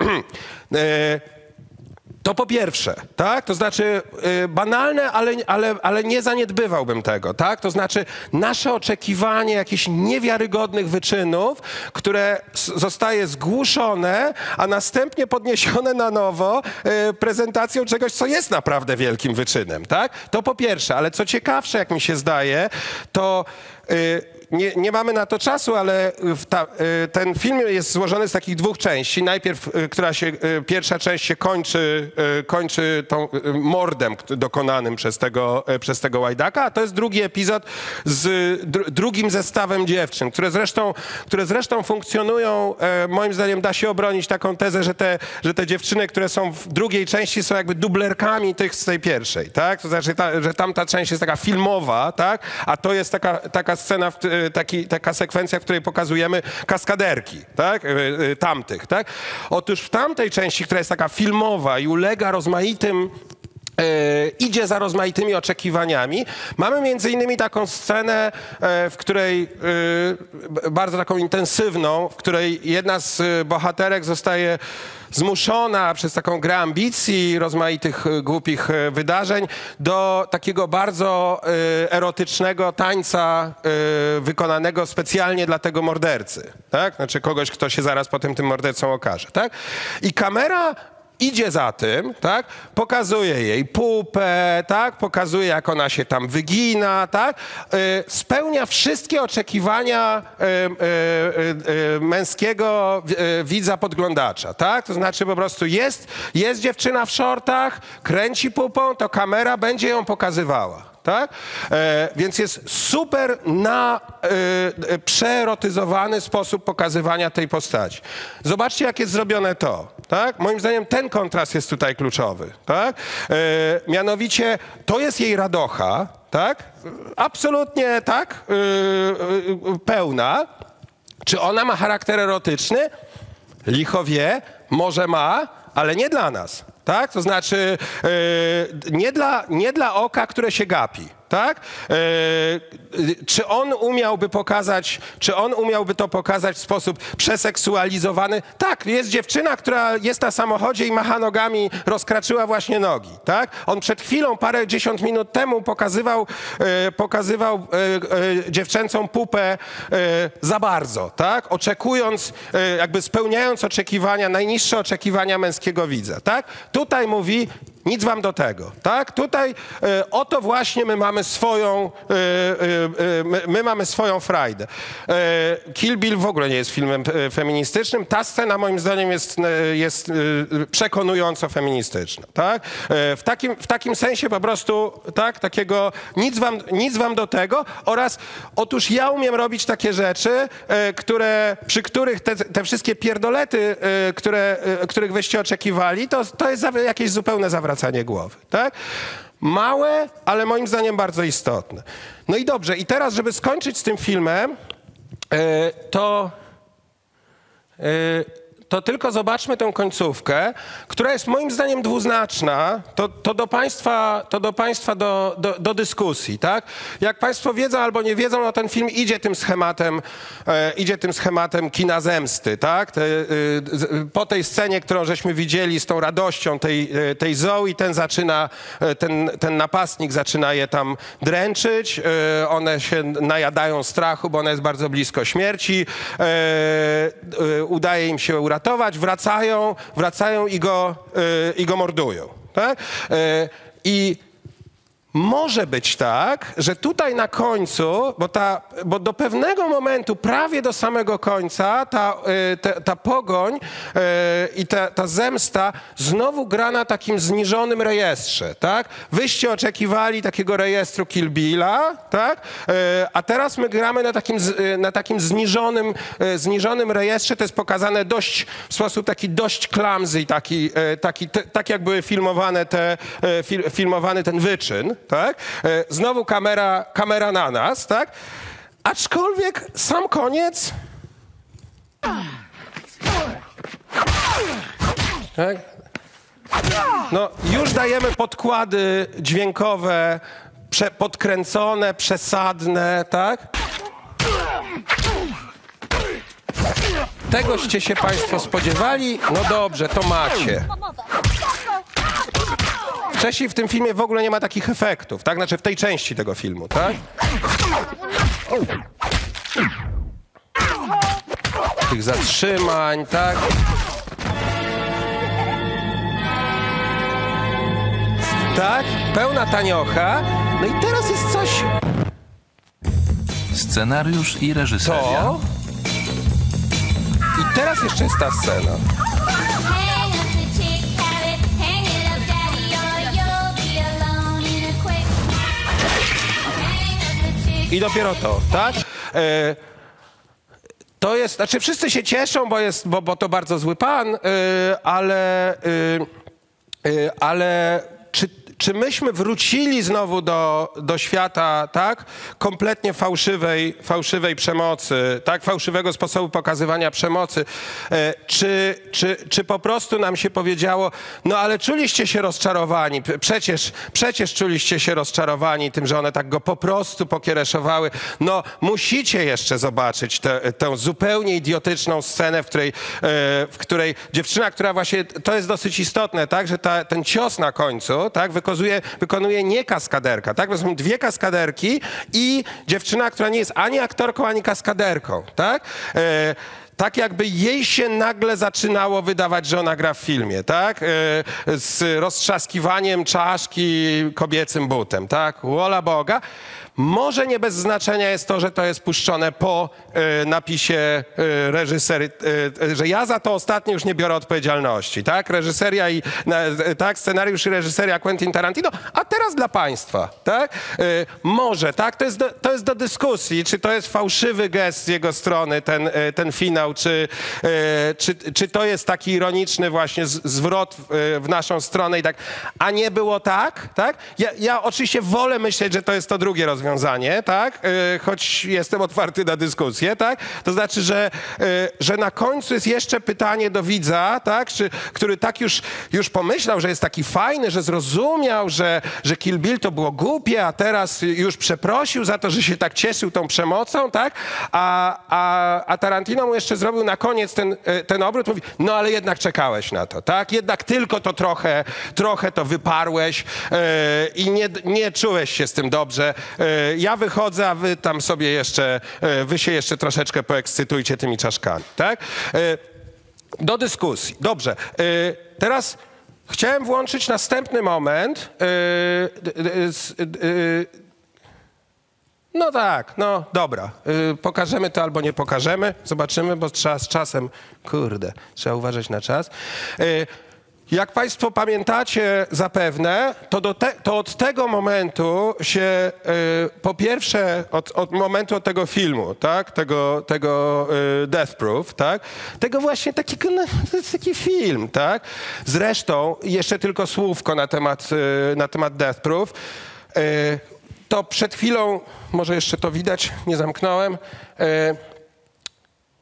e, To po pierwsze, tak? To znaczy y, banalne, ale, ale, ale nie zaniedbywałbym tego, tak? To znaczy nasze oczekiwanie jakichś niewiarygodnych wyczynów, które s- zostaje zgłuszone, a następnie podniesione na nowo y, prezentacją czegoś, co jest naprawdę wielkim wyczynem, tak? To po pierwsze, ale co ciekawsze, jak mi się zdaje, to... Y, Nie, nie mamy na to czasu, ale w ta, y, ten film jest złożony z takich dwóch części. Najpierw, y, która się, y, pierwsza część się kończy, y, kończy tą y, mordem k- dokonanym przez tego, y, przez tego łajdaka, a to jest drugi epizod z dru, drugim zestawem dziewczyn, które zresztą, które zresztą funkcjonują, y, moim zdaniem da się obronić taką tezę, że te, że te dziewczyny, które są w drugiej części, są jakby dublerkami tych z tej pierwszej, tak? To znaczy, ta, że tamta część jest taka filmowa, tak? A to jest taka, taka scena, w, Taki, taka sekwencja, w której pokazujemy kaskaderki, tak? Y, y, tamtych, tak? Otóż w tamtej części, która jest taka filmowa i ulega rozmaitym E, idzie za rozmaitymi oczekiwaniami. Mamy między innymi taką scenę, e, w której e, bardzo taką intensywną, w której jedna z e, bohaterek zostaje zmuszona przez taką grę ambicji, rozmaitych e, głupich e, wydarzeń do takiego bardzo e, erotycznego tańca e, wykonanego specjalnie dla tego mordercy, tak? Znaczy kogoś, kto się zaraz potem tym mordercą okaże, tak? I kamera idzie za tym, tak? Pokazuje jej pupę, tak? Pokazuje, jak ona się tam wygina, tak? Y, spełnia wszystkie oczekiwania y, y, y, y, męskiego y, widza podglądacza, tak? To znaczy po prostu jest, jest dziewczyna w shortach, kręci pupą, to kamera będzie ją pokazywała. Tak? E, więc jest super na e, e, przeerotyzowany sposób pokazywania tej postaci. Zobaczcie, jak jest zrobione to. Tak? Moim zdaniem ten kontrast jest tutaj kluczowy. Tak? E, mianowicie to jest jej radocha, tak? Absolutnie tak, e, e, pełna. Czy ona ma charakter erotyczny? Licho wie, może ma, ale nie dla nas. Tak? To znaczy yy, nie, dla, nie dla oka, które się gapi. Tak? Yy, czy on umiałby pokazać, czy on umiałby to pokazać w sposób przeseksualizowany? Tak, jest dziewczyna, która jest na samochodzie i macha nogami, rozkraczyła właśnie nogi. Tak? On przed chwilą, parę dziesiąt minut temu pokazywał, yy, pokazywał yy, yy, dziewczęcą pupę yy, za bardzo, tak? Oczekując, yy, jakby spełniając oczekiwania, najniższe oczekiwania męskiego widza. Tak? Tutaj mówi, nic wam do tego, tak? Tutaj y, oto właśnie my mamy swoją, y, y, y, my, my mamy swoją frajdę. Y, Kill Bill w ogóle nie jest filmem y, feministycznym. Ta scena moim zdaniem jest, y, jest y, przekonująco feministyczna, tak? Y, w, takim, w takim sensie po prostu, tak? Takiego nic wam, nic wam do tego oraz otóż ja umiem robić takie rzeczy, y, które, przy których te, te wszystkie pierdolety, y, które, y, których wyście oczekiwali, to, to jest za, jakieś zupełne zawracanie głowy, tak? Małe, ale moim zdaniem bardzo istotne. No i dobrze, i teraz, żeby skończyć z tym filmem, yy, to to tylko zobaczmy tę końcówkę, która jest moim zdaniem dwuznaczna. To, to do państwa, to do, państwa do, do, do dyskusji, tak? Jak państwo wiedzą albo nie wiedzą, no ten film idzie tym schematem, e, idzie tym schematem kina zemsty, tak? Te, e, po tej scenie, którą żeśmy widzieli z tą radością tej, e, tej Zoe, ten zaczyna, e, ten, ten napastnik zaczyna je tam dręczyć, e, one się najadają strachu, bo ona jest bardzo blisko śmierci, e, e, udaje im się uratować. Ratować, wracają, wracają i go, yy, i go mordują. Tak? Yy, I może być tak, że tutaj na końcu, bo, ta, bo do pewnego momentu, prawie do samego końca, ta, yy, ta, ta pogoń yy, i ta, ta zemsta znowu gra na takim zniżonym rejestrze. Tak? Wyście oczekiwali takiego rejestru Kill Billa, tak? Yy, a teraz my gramy na takim, yy, na takim zniżonym, yy, zniżonym rejestrze. To jest pokazane dość, w sposób taki dość clumsy, taki, yy, taki, te, tak jak były filmowane te, yy, fil, filmowany ten wyczyn. Tak? E, Znowu kamera, kamera na nas, tak? Aczkolwiek sam koniec... Tak? No, już dajemy podkłady dźwiękowe, prze, podkręcone, przesadne, tak? Tegoście się państwo spodziewali? No dobrze, to macie. Wcześniej w tym filmie w ogóle nie ma takich efektów, tak? Znaczy w tej części tego filmu, tak? Tych zatrzymań, tak? Tak? Pełna taniocha. No i teraz jest coś...
Scenariusz i reżyseria.
To... I teraz jeszcze jest ta scena. I dopiero to, tak? E, to jest, znaczy wszyscy się cieszą, bo, jest, bo, bo to bardzo zły pan, e, ale, e, e, ale czy, czy myśmy wrócili znowu do, do świata, tak? Kompletnie fałszywej, fałszywej przemocy, tak? Fałszywego sposobu pokazywania przemocy. E, czy, czy, czy po prostu nam się powiedziało, no ale czuliście się rozczarowani, przecież, przecież czuliście się rozczarowani tym, że one tak go po prostu pokiereszowały. No musicie jeszcze zobaczyć tę, tę zupełnie idiotyczną scenę, w której, e, w której dziewczyna, która właśnie, to jest dosyć istotne, tak? Że ta, ten cios na końcu, tak? Wykonuje, wykonuje nie kaskaderka, tak? Bo są dwie kaskaderki i dziewczyna, która nie jest ani aktorką, ani kaskaderką, tak? E, tak jakby jej się nagle zaczynało wydawać, że ona gra w filmie, tak? E, z roztrzaskiwaniem czaszki kobiecym butem, tak? Wola Boga. Może nie bez znaczenia jest to, że to jest puszczone po y, napisie y, reżyser, y, y, że ja za to ostatnio już nie biorę odpowiedzialności, tak? Reżyseria i, na, y, tak? Scenariusz i reżyseria Quentin Tarantino, a teraz dla państwa, tak? Y, może, tak? To jest, do, to jest do dyskusji, czy to jest fałszywy gest z jego strony, ten, y, ten finał, czy, y, czy, czy to jest taki ironiczny właśnie z, zwrot w, y, w naszą stronę i tak, a nie było tak, tak? Ja, ja oczywiście wolę myśleć, że to jest to drugie rozwiązanie, Rozwiązanie, tak? Yy, choć jestem otwarty na dyskusję, tak? To znaczy, że, yy, że na końcu jest jeszcze pytanie do widza, tak? Czy, który tak już, już pomyślał, że jest taki fajny, że zrozumiał, że, że Kill Bill to było głupie, a teraz już przeprosił za to, że się tak cieszył tą przemocą, tak? A, a, a Tarantino mu jeszcze zrobił na koniec ten, yy, ten obrót, mówi, no ale jednak czekałeś na to, tak? Jednak tylko to trochę, trochę to wyparłeś yy, i nie, nie czułeś się z tym dobrze. Yy, Ja wychodzę, a wy tam sobie jeszcze, wy się jeszcze troszeczkę poekscytujcie tymi czaszkami, tak? Do dyskusji. Dobrze. Teraz chciałem włączyć następny moment. No tak, no dobra. Pokażemy to albo nie pokażemy. Zobaczymy, bo trzeba z czasem, kurde, trzeba uważać na czas. Jak państwo pamiętacie zapewne, to, do te, to od tego momentu się, y, po pierwsze, od, od momentu od tego filmu, tak, tego, tego y, Death Proof, tak, tego właśnie takiego, no, taki film, tak. Zresztą, jeszcze tylko słówko na temat, y, na temat Death Proof. Y, to przed chwilą, może jeszcze to widać, nie zamknąłem, y,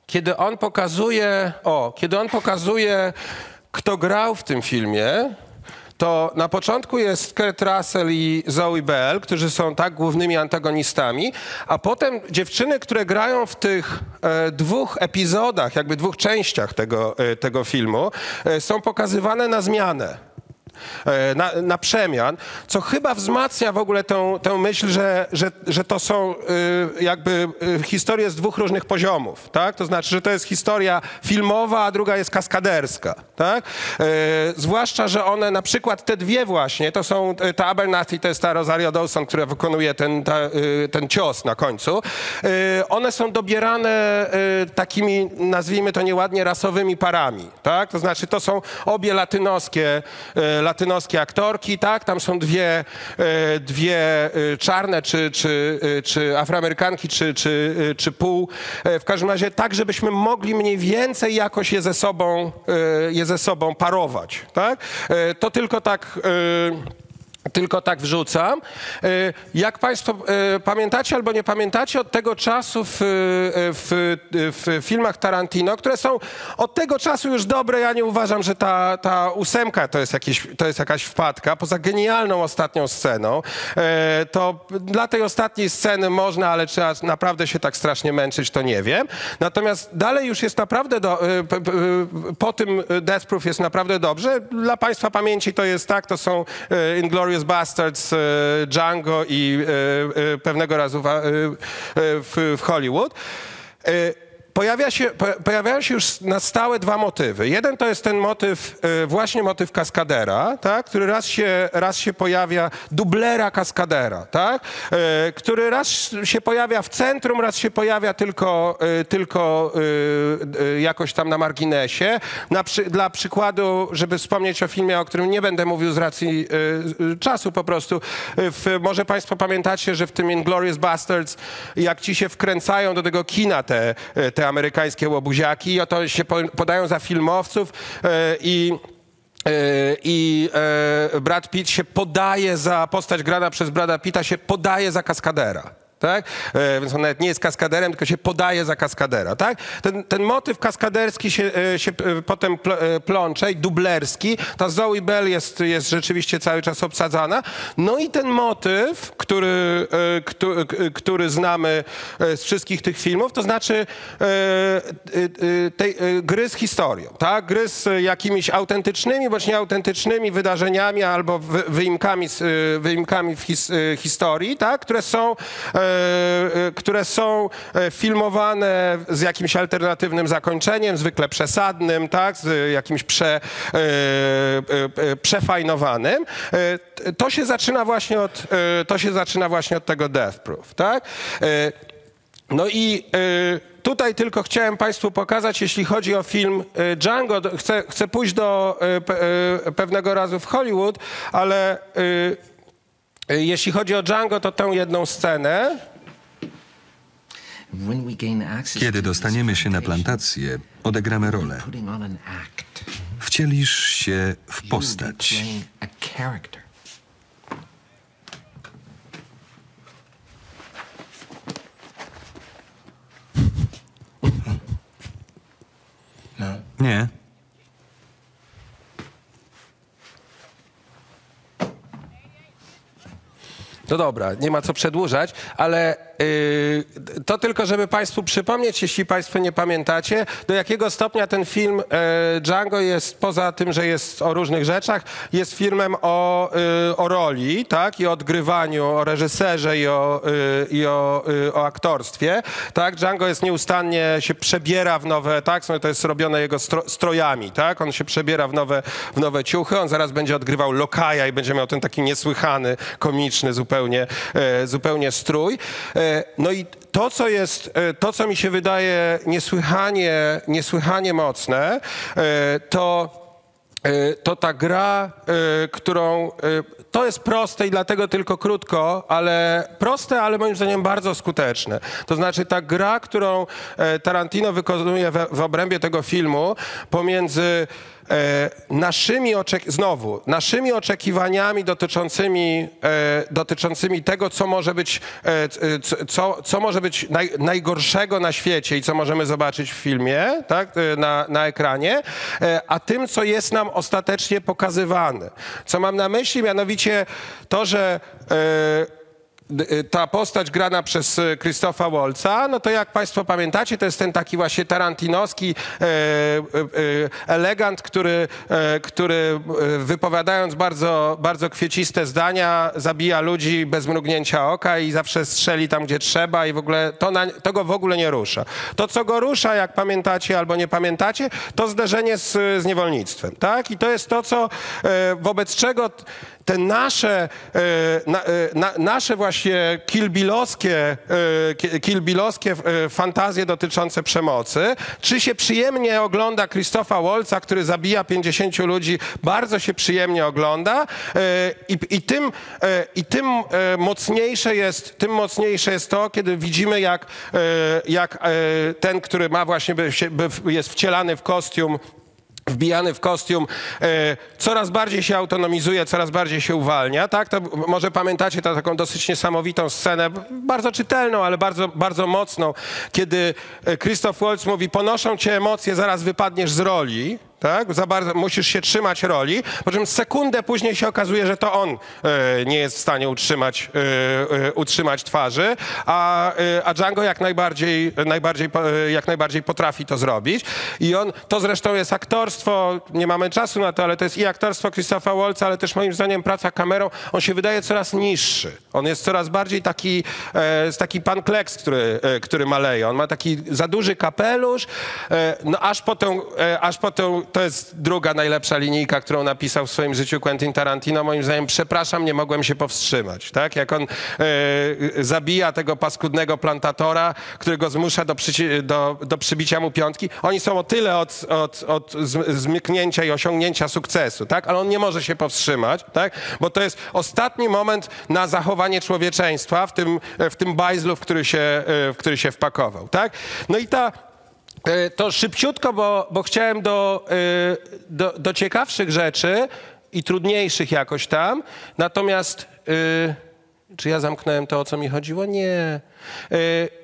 kiedy on pokazuje, o, kiedy on pokazuje, kto grał w tym filmie, to na początku jest Kurt Russell i Zoe Bell, którzy są tak głównymi antagonistami, a potem dziewczyny, które grają w tych e, dwóch epizodach, jakby dwóch częściach tego, e, tego filmu, e, są pokazywane na zmianę. Na, na przemian, co chyba wzmacnia w ogóle tę, tę myśl, że, że, że to są y, jakby y, historie z dwóch różnych poziomów, tak? To znaczy, że to jest historia filmowa, a druga jest kaskaderska, tak? Y, zwłaszcza, że one, na przykład te dwie właśnie, to są, ta Abernathy, to jest ta Rosario Dawson, która wykonuje ten, ta, y, ten cios na końcu. Y, one są dobierane y, takimi, nazwijmy to nieładnie, rasowymi parami, tak? To znaczy, to są obie latynoskie y, latynoskie aktorki, tak? Tam są dwie, e, dwie e, czarne, czy, czy, e, czy Afroamerykanki, czy, czy, e, czy pół. E, w każdym razie tak, żebyśmy mogli mniej więcej jakoś je ze sobą, e, je ze sobą parować, tak? E, to tylko tak... E, Tylko tak wrzucam. Jak Państwo pamiętacie albo nie pamiętacie, od tego czasu w, w, w filmach Tarantino, które są od tego czasu już dobre, ja nie uważam, że ta, ta ósemka to jest, jakieś, to jest jakaś wpadka, poza genialną ostatnią sceną, to dla tej ostatniej sceny można, ale trzeba naprawdę się tak strasznie męczyć, to nie wiem. Natomiast dalej już jest naprawdę, do, po tym Death Proof jest naprawdę dobrze. Dla Państwa pamięci to jest tak, to są Inglourious Bastards, Django i pewnego razu w, w Hollywood. Pojawia się, pojawiają się już na stałe dwa motywy. Jeden to jest ten motyw, właśnie motyw kaskadera, tak? Który raz się, raz się pojawia, dublera kaskadera, tak? Który raz się pojawia w centrum, raz się pojawia tylko, tylko jakoś tam na marginesie. Na przy, dla przykładu, żeby wspomnieć o filmie, o którym nie będę mówił z racji czasu po prostu, w, może Państwo pamiętacie, że w tym Inglourious Bastards, jak ci się wkręcają do tego kina te, te amerykańskie łobuziaki, oto się podają za filmowców i i Brad Pitt się podaje za, postać grana przez Brada Pitta się podaje za kaskadera. Tak? E, więc on nawet nie jest kaskaderem, tylko się podaje za kaskadera. Tak? Ten, ten motyw kaskaderski się, e, się potem pl, e, plącze i dublerski. Ta Zoe Bell jest, jest rzeczywiście cały czas obsadzana. No i ten motyw, który, e, który, który znamy z wszystkich tych filmów, to znaczy e, e, tej, e, gry z historią. Tak? Gry z jakimiś autentycznymi bądź nieautentycznymi wydarzeniami albo wy, wyimkami, wyimkami w his, historii, tak? Które są e, które są filmowane z jakimś alternatywnym zakończeniem, zwykle przesadnym, tak, z jakimś prze, przefajnowanym. To się zaczyna właśnie od, to się zaczyna właśnie od tego Death Proof, tak? No i tutaj tylko chciałem Państwu pokazać, jeśli chodzi o film Django, chcę, chcę pójść do pewnego razu w Hollywood, ale jeśli chodzi o Django, to tę jedną scenę.
Kiedy dostaniemy się na plantację, odegramy rolę. Wcielisz się w postać. Nie.
No dobra, nie ma co przedłużać, ale yy, to tylko, żeby Państwu przypomnieć, jeśli Państwo nie pamiętacie, do jakiego stopnia ten film yy, Django jest, poza tym, że jest o różnych rzeczach, jest filmem o, yy, o roli, tak, i o odgrywaniu, o reżyserze i o, yy, i o, yy, o aktorstwie, tak. Django jest nieustannie, się przebiera w nowe, tak, to jest robione jego stro, strojami, tak, on się przebiera w nowe, w nowe ciuchy, on zaraz będzie odgrywał lokaja i będzie miał ten taki niesłychany, komiczny zupełnie Zupełnie, zupełnie strój. No i to, co jest, to, co mi się wydaje niesłychanie, niesłychanie mocne, to, to ta gra, którą to jest proste i dlatego tylko krótko, ale proste, ale moim zdaniem bardzo skuteczne. To znaczy ta gra, którą e, Tarantino wykonuje we, w obrębie tego filmu pomiędzy E, naszymi oczek- znowu, naszymi oczekiwaniami dotyczącymi, e, dotyczącymi tego, co może być, e, co, co może być naj, najgorszego na świecie i co możemy zobaczyć w filmie, tak, na, na ekranie, e, a tym, co jest nam ostatecznie pokazywane. Co mam na myśli, mianowicie to, że e, ta postać grana przez Christopha Waltza, no to jak państwo pamiętacie, to jest ten taki właśnie tarantinowski e, e, elegant, który, e, który wypowiadając bardzo, bardzo kwieciste zdania zabija ludzi bez mrugnięcia oka i zawsze strzeli tam, gdzie trzeba i w ogóle to, na, to go w ogóle nie rusza. To, co go rusza, jak pamiętacie albo nie pamiętacie, to zderzenie z, z niewolnictwem, tak? I to jest to, co e, wobec czego te nasze, e, na, e, na, nasze właśnie kilbilowskie, e, kilbilowskie e, fantazje dotyczące przemocy, czy się przyjemnie ogląda Christopha Waltza, który zabija pięćdziesięciu ludzi, bardzo się przyjemnie ogląda e, i, i, tym, e, i tym, e, mocniejsze jest, tym mocniejsze jest to, kiedy widzimy, jak, e, jak e, ten, który ma właśnie, by, by jest wcielany w kostium, wbijany w kostium, e, coraz bardziej się autonomizuje, coraz bardziej się uwalnia, tak? To może pamiętacie tę taką dosyć niesamowitą scenę, bardzo czytelną, ale bardzo, bardzo mocną, kiedy Christoph Waltz mówi, ponoszą cię emocje, zaraz wypadniesz z roli, tak? Za bardzo musisz się trzymać roli, po czym sekundę później się okazuje, że to on e, nie jest w stanie utrzymać, e, e, utrzymać twarzy, a, e, a Django jak najbardziej, najbardziej, e, jak najbardziej potrafi to zrobić. I on, to zresztą jest aktorstwo, nie mamy czasu na to, ale to jest i aktorstwo Christopha Waltza, ale też moim zdaniem praca kamerą. On się wydaje coraz niższy. On jest coraz bardziej taki, e, taki pan Kleks, który, e, który maleje. On ma taki za duży kapelusz, e, no aż po tę, e, aż po tę to jest druga najlepsza linijka, którą napisał w swoim życiu Quentin Tarantino. Moim zdaniem, przepraszam, nie mogłem się powstrzymać. Tak? Jak on e, zabija tego paskudnego plantatora, którego zmusza do, przyci- do, do przybicia mu piątki. Oni są o tyle od, od, od zmyknięcia i osiągnięcia sukcesu, tak? Ale on nie może się powstrzymać, tak? Bo to jest ostatni moment na zachowanie człowieczeństwa w tym, w tym bajzlu, w który się, w który się wpakował. Tak? No i ta To szybciutko, bo, bo chciałem do, do, do ciekawszych rzeczy i trudniejszych jakoś tam. Natomiast, yy, czy ja zamknąłem to, o co mi chodziło? Nie. Yy,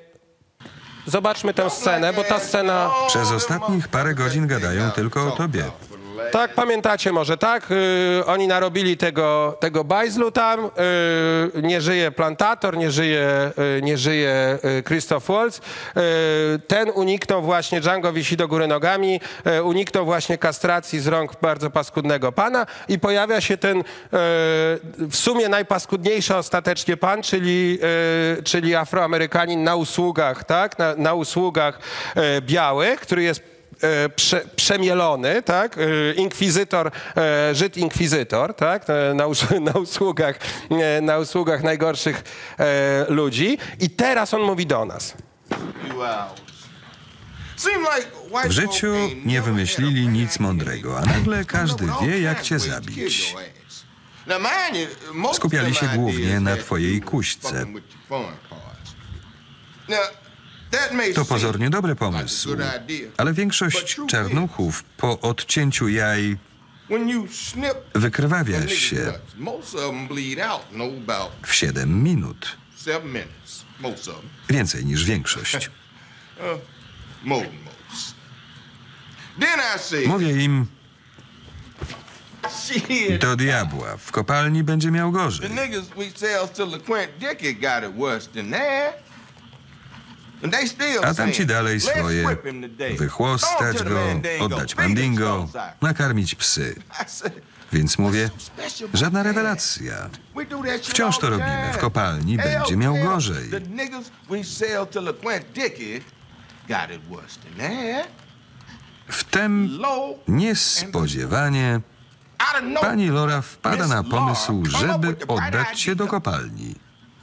zobaczmy tę scenę, bo ta scena...
Przez ostatnich parę godzin gadają tylko o tobie.
Tak, pamiętacie może, tak? Yy, oni narobili tego, tego bajzlu tam. Yy, nie żyje plantator, nie żyje, yy, nie żyje yy, Christoph Waltz. Yy, ten uniknął właśnie, Django wisi do góry nogami, yy, uniknął właśnie kastracji z rąk bardzo paskudnego pana i pojawia się ten yy, w sumie najpaskudniejszy ostatecznie pan, czyli, yy, czyli Afroamerykanin na usługach, tak? Na, na usługach yy, białych, który jest Prze, przemielony, tak? Inkwizytor, Żyd inkwizytor, tak? Na, us, na, usługach, na usługach najgorszych ludzi. I teraz on mówi do nas.
W życiu nie wymyślili nic mądrego, a nagle każdy wie, jak cię zabić. Skupiali się głównie na twojej kuśce. To pozornie dobry pomysł, ale większość czarnuchów po odcięciu jaj wykrwawia się w siedem minut. Więcej niż większość. Mówię im, do diabła, w kopalni będzie miał gorzej. A tamci dalej swoje, wychłostać go, oddać mandingo, nakarmić psy. Więc mówię, żadna rewelacja. Wciąż to robimy, w kopalni będzie miał gorzej. Wtem niespodziewanie pani Laura wpada na pomysł, żeby oddać się do kopalni.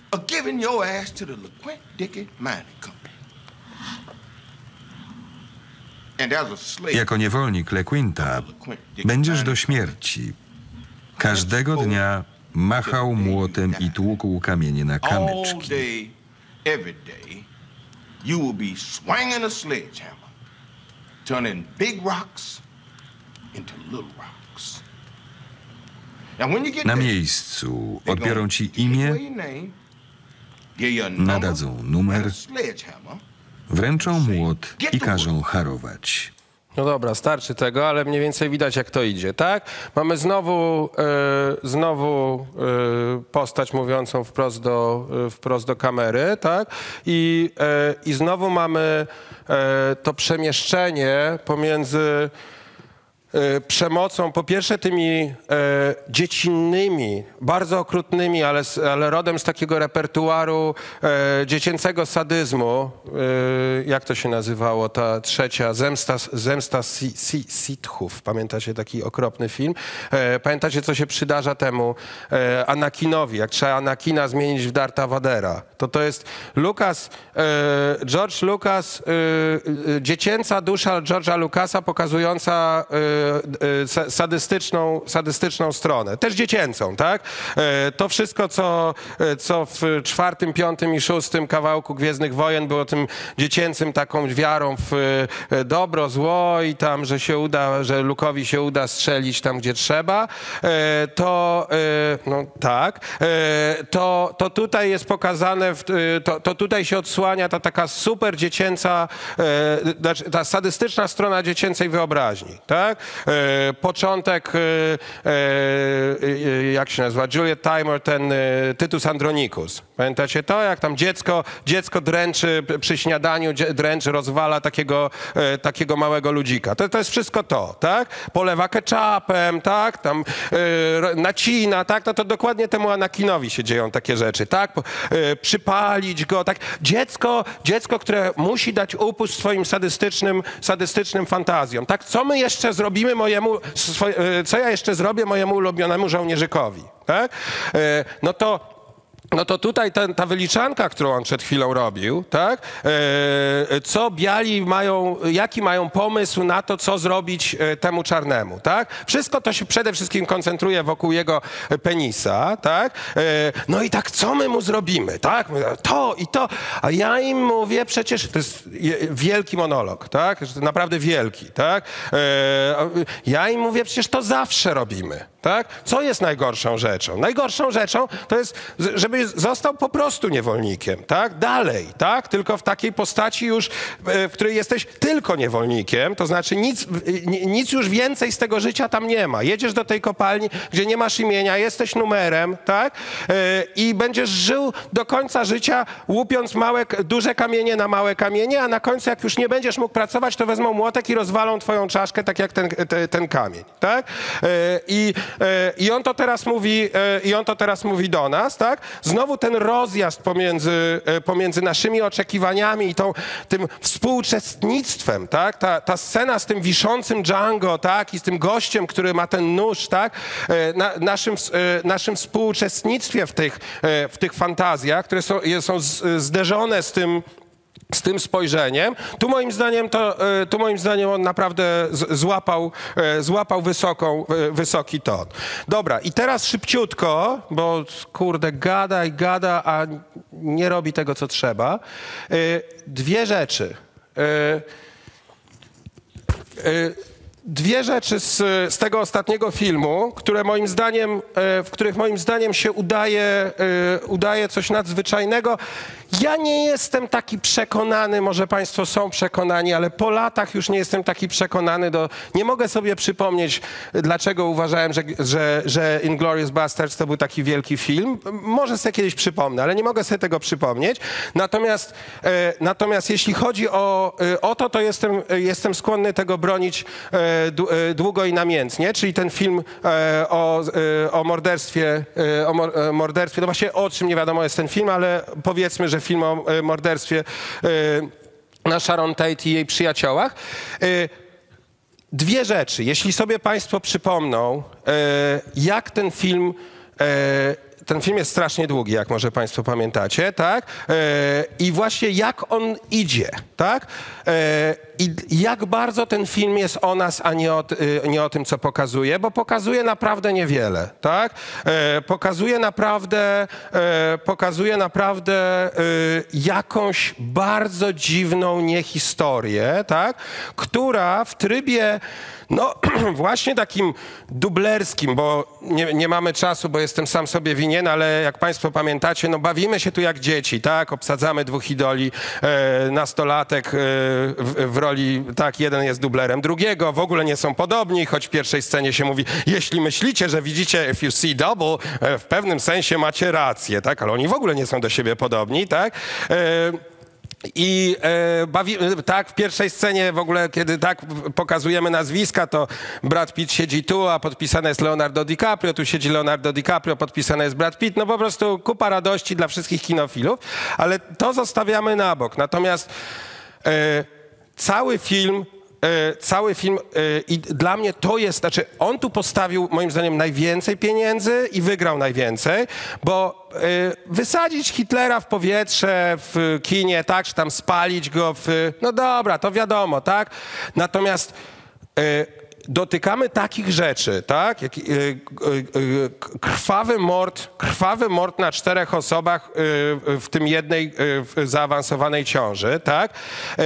Jako niewolnik LeQuinta będziesz do śmierci każdego dnia machał młotem i tłukł kamienie na
All
kamyczki.
day, every day, you will be swinging a sledgehammer, turning big rocks into little rocks. Now, when you get
Na
there,
miejscu
they're
odbiorą
gonna
ci
take away
imię,
your name, give you a number
nadadzą
and
numer,
a sledgehammer.
wręczą młot i każą harować.
No dobra, starczy tego, ale mniej więcej widać, jak to idzie, tak? Mamy znowu, e, znowu e, postać mówiącą wprost do, e, wprost do kamery, tak? I, e, i znowu mamy e, to przemieszczenie pomiędzy e, przemocą, po pierwsze tymi e, dziecinnymi, bardzo okrutnymi, ale, s- ale rodem z takiego repertuaru e, dziecięcego sadyzmu. E, jak to się nazywało, ta trzecia, Zemsta, zemsta si, si, Sithów. Pamiętacie taki okropny film? E, pamiętacie, co się przydarza temu e, Anakinowi, jak trzeba Anakina zmienić w Darta Vadera. To to jest Lucas, e, George Lucas, e, e, dziecięca dusza George'a Lucasa pokazująca e, e, sa- sadystyczną, sadystyczną stronę. Też dziecięcą, tak? E, to wszystko, co, e, co w czwartym, piątym i szóstym kawałku Gwiezdnych Wojen było tym dziecięcym taką wiarą w e, dobro, zło i tam, że się uda, że Luke'owi się uda strzelić tam, gdzie trzeba, e, to e, no tak, e, to, to tutaj jest pokazane, w, e, to, to tutaj się odsłania ta taka super dziecięca, e, znaczy ta sadystyczna strona dziecięcej wyobraźni, tak? E, początek, e, e, jak się nazywa, Juliet Taymor, ten e, Tytus Andronicus. Pamiętacie to? Jak tam dziecko, dziecko dręczy przy śniadaniu, dzie- dręczy, rozwala takiego, e, takiego małego ludzika. To, to jest wszystko to, tak? Polewa ketchupem, tak? Tam e, ro- nacina, tak? No to dokładnie temu Anakinowi się dzieją takie rzeczy, tak? Po- E, przypalić go, tak? Dziecko, dziecko, które musi dać upust swoim sadystycznym, sadystycznym fantazjom, tak? Co my jeszcze zrobimy mojemu, swo- e, co ja jeszcze zrobię mojemu ulubionemu żołnierzykowi, tak? E, no to No to tutaj ten, ta wyliczanka, którą on przed chwilą robił, tak? E, co biali mają, jaki mają pomysł na to, co zrobić e, temu czarnemu, tak? Wszystko to się przede wszystkim koncentruje wokół jego penisa, tak? E, no i tak, co my mu zrobimy, tak? To i to. A ja im mówię, przecież to jest je- wielki monolog, tak? Że to naprawdę wielki, tak? E, ja im mówię, przecież to zawsze robimy, tak? Co jest najgorszą rzeczą? Najgorszą rzeczą to jest, z- żeby został po prostu niewolnikiem, tak? Dalej, tak? Tylko w takiej postaci już, e, w której jesteś tylko niewolnikiem, to znaczy nic, e, ni- nic już więcej z tego życia tam nie ma. Jedziesz do tej kopalni, gdzie nie masz imienia, jesteś numerem, tak? E, I będziesz żył do końca życia, łupiąc małe, k- duże kamienie na małe kamienie, a na końcu, jak już nie będziesz mógł pracować, to wezmą młotek i rozwalą twoją czaszkę, tak jak ten, te, ten kamień, tak? E, I, e, I on to teraz mówi, e, i on to teraz mówi do nas, tak? Znowu ten rozjazd pomiędzy, e, pomiędzy naszymi oczekiwaniami i tą, tym współuczestnictwem, tak? Ta, ta scena z tym wiszącym Django, tak? I z tym gościem, który ma ten nóż, tak? E, Na, naszym, e, naszym współuczestnictwie w tych, e, w tych fantazjach, które są, je- są z- zderzone z tym, z tym spojrzeniem. Tu moim zdaniem to, e, tu moim zdaniem on naprawdę z- złapał, e, złapał wysoką, e, wysoki ton. Dobra, i teraz szybciutko, bo kurde gada i gada, a nie robi tego, co trzeba. E, Dwie rzeczy. E, e, Dwie rzeczy z, z tego ostatniego filmu, które moim zdaniem, e, w których moim zdaniem się udaje, e, udaje coś nadzwyczajnego. Ja nie jestem taki przekonany, może państwo są przekonani, ale po latach już nie jestem taki przekonany. Do, nie mogę sobie przypomnieć, dlaczego uważałem, że, że, że Inglourious Basterds to był taki wielki film. Może sobie kiedyś przypomnę, ale nie mogę sobie tego przypomnieć. Natomiast, e, natomiast jeśli chodzi o, e, o to, to jestem, e, jestem skłonny tego bronić e, dłu- e, długo i namiętnie, czyli ten film e, o, e, o morderstwie, e, o mor, e, morderstwie, no właśnie o czym nie wiadomo jest ten film, ale powiedzmy, że film o e, morderstwie e, na Sharon Tate i jej przyjaciołach. E, Dwie rzeczy. Jeśli sobie państwo przypomną, e, jak ten film... E, ten film jest strasznie długi, jak może państwo pamiętacie, tak? E, I właśnie jak on idzie, tak? E, I jak bardzo ten film jest o nas, a nie o, y, nie o tym, co pokazuje, bo pokazuje naprawdę niewiele, tak? E, pokazuje naprawdę, e, pokazuje naprawdę e, jakąś bardzo dziwną niehistorię, tak? Która w trybie no właśnie takim dublerskim, bo nie, nie mamy czasu, bo jestem sam sobie winien, ale jak państwo pamiętacie, no bawimy się tu jak dzieci, tak? Obsadzamy dwóch idoli, e, nastolatek e, w, w roli, tak, jeden jest dublerem drugiego, w ogóle nie są podobni, choć w pierwszej scenie się mówi, jeśli myślicie, że widzicie if you see double, e, w pewnym sensie macie rację, tak? Ale oni w ogóle nie są do siebie podobni, tak? E, I e, bawi, tak, w pierwszej scenie w ogóle, kiedy tak pokazujemy nazwiska, to Brad Pitt siedzi tu, a podpisane jest Leonardo DiCaprio, tu siedzi Leonardo DiCaprio, podpisane jest Brad Pitt. No po prostu kupa radości dla wszystkich kinofilów, ale to zostawiamy na bok. Natomiast e, cały film E, cały film e, i dla mnie to jest, znaczy on tu postawił moim zdaniem najwięcej pieniędzy i wygrał najwięcej, bo e, wysadzić Hitlera w powietrze w kinie, tak, czy tam spalić go w, no dobra, to wiadomo, tak, natomiast e, dotykamy takich rzeczy, tak, jak, e, e, e, krwawy mord, krwawy mord na czterech osobach e, w tym jednej e, w zaawansowanej ciąży, tak, e,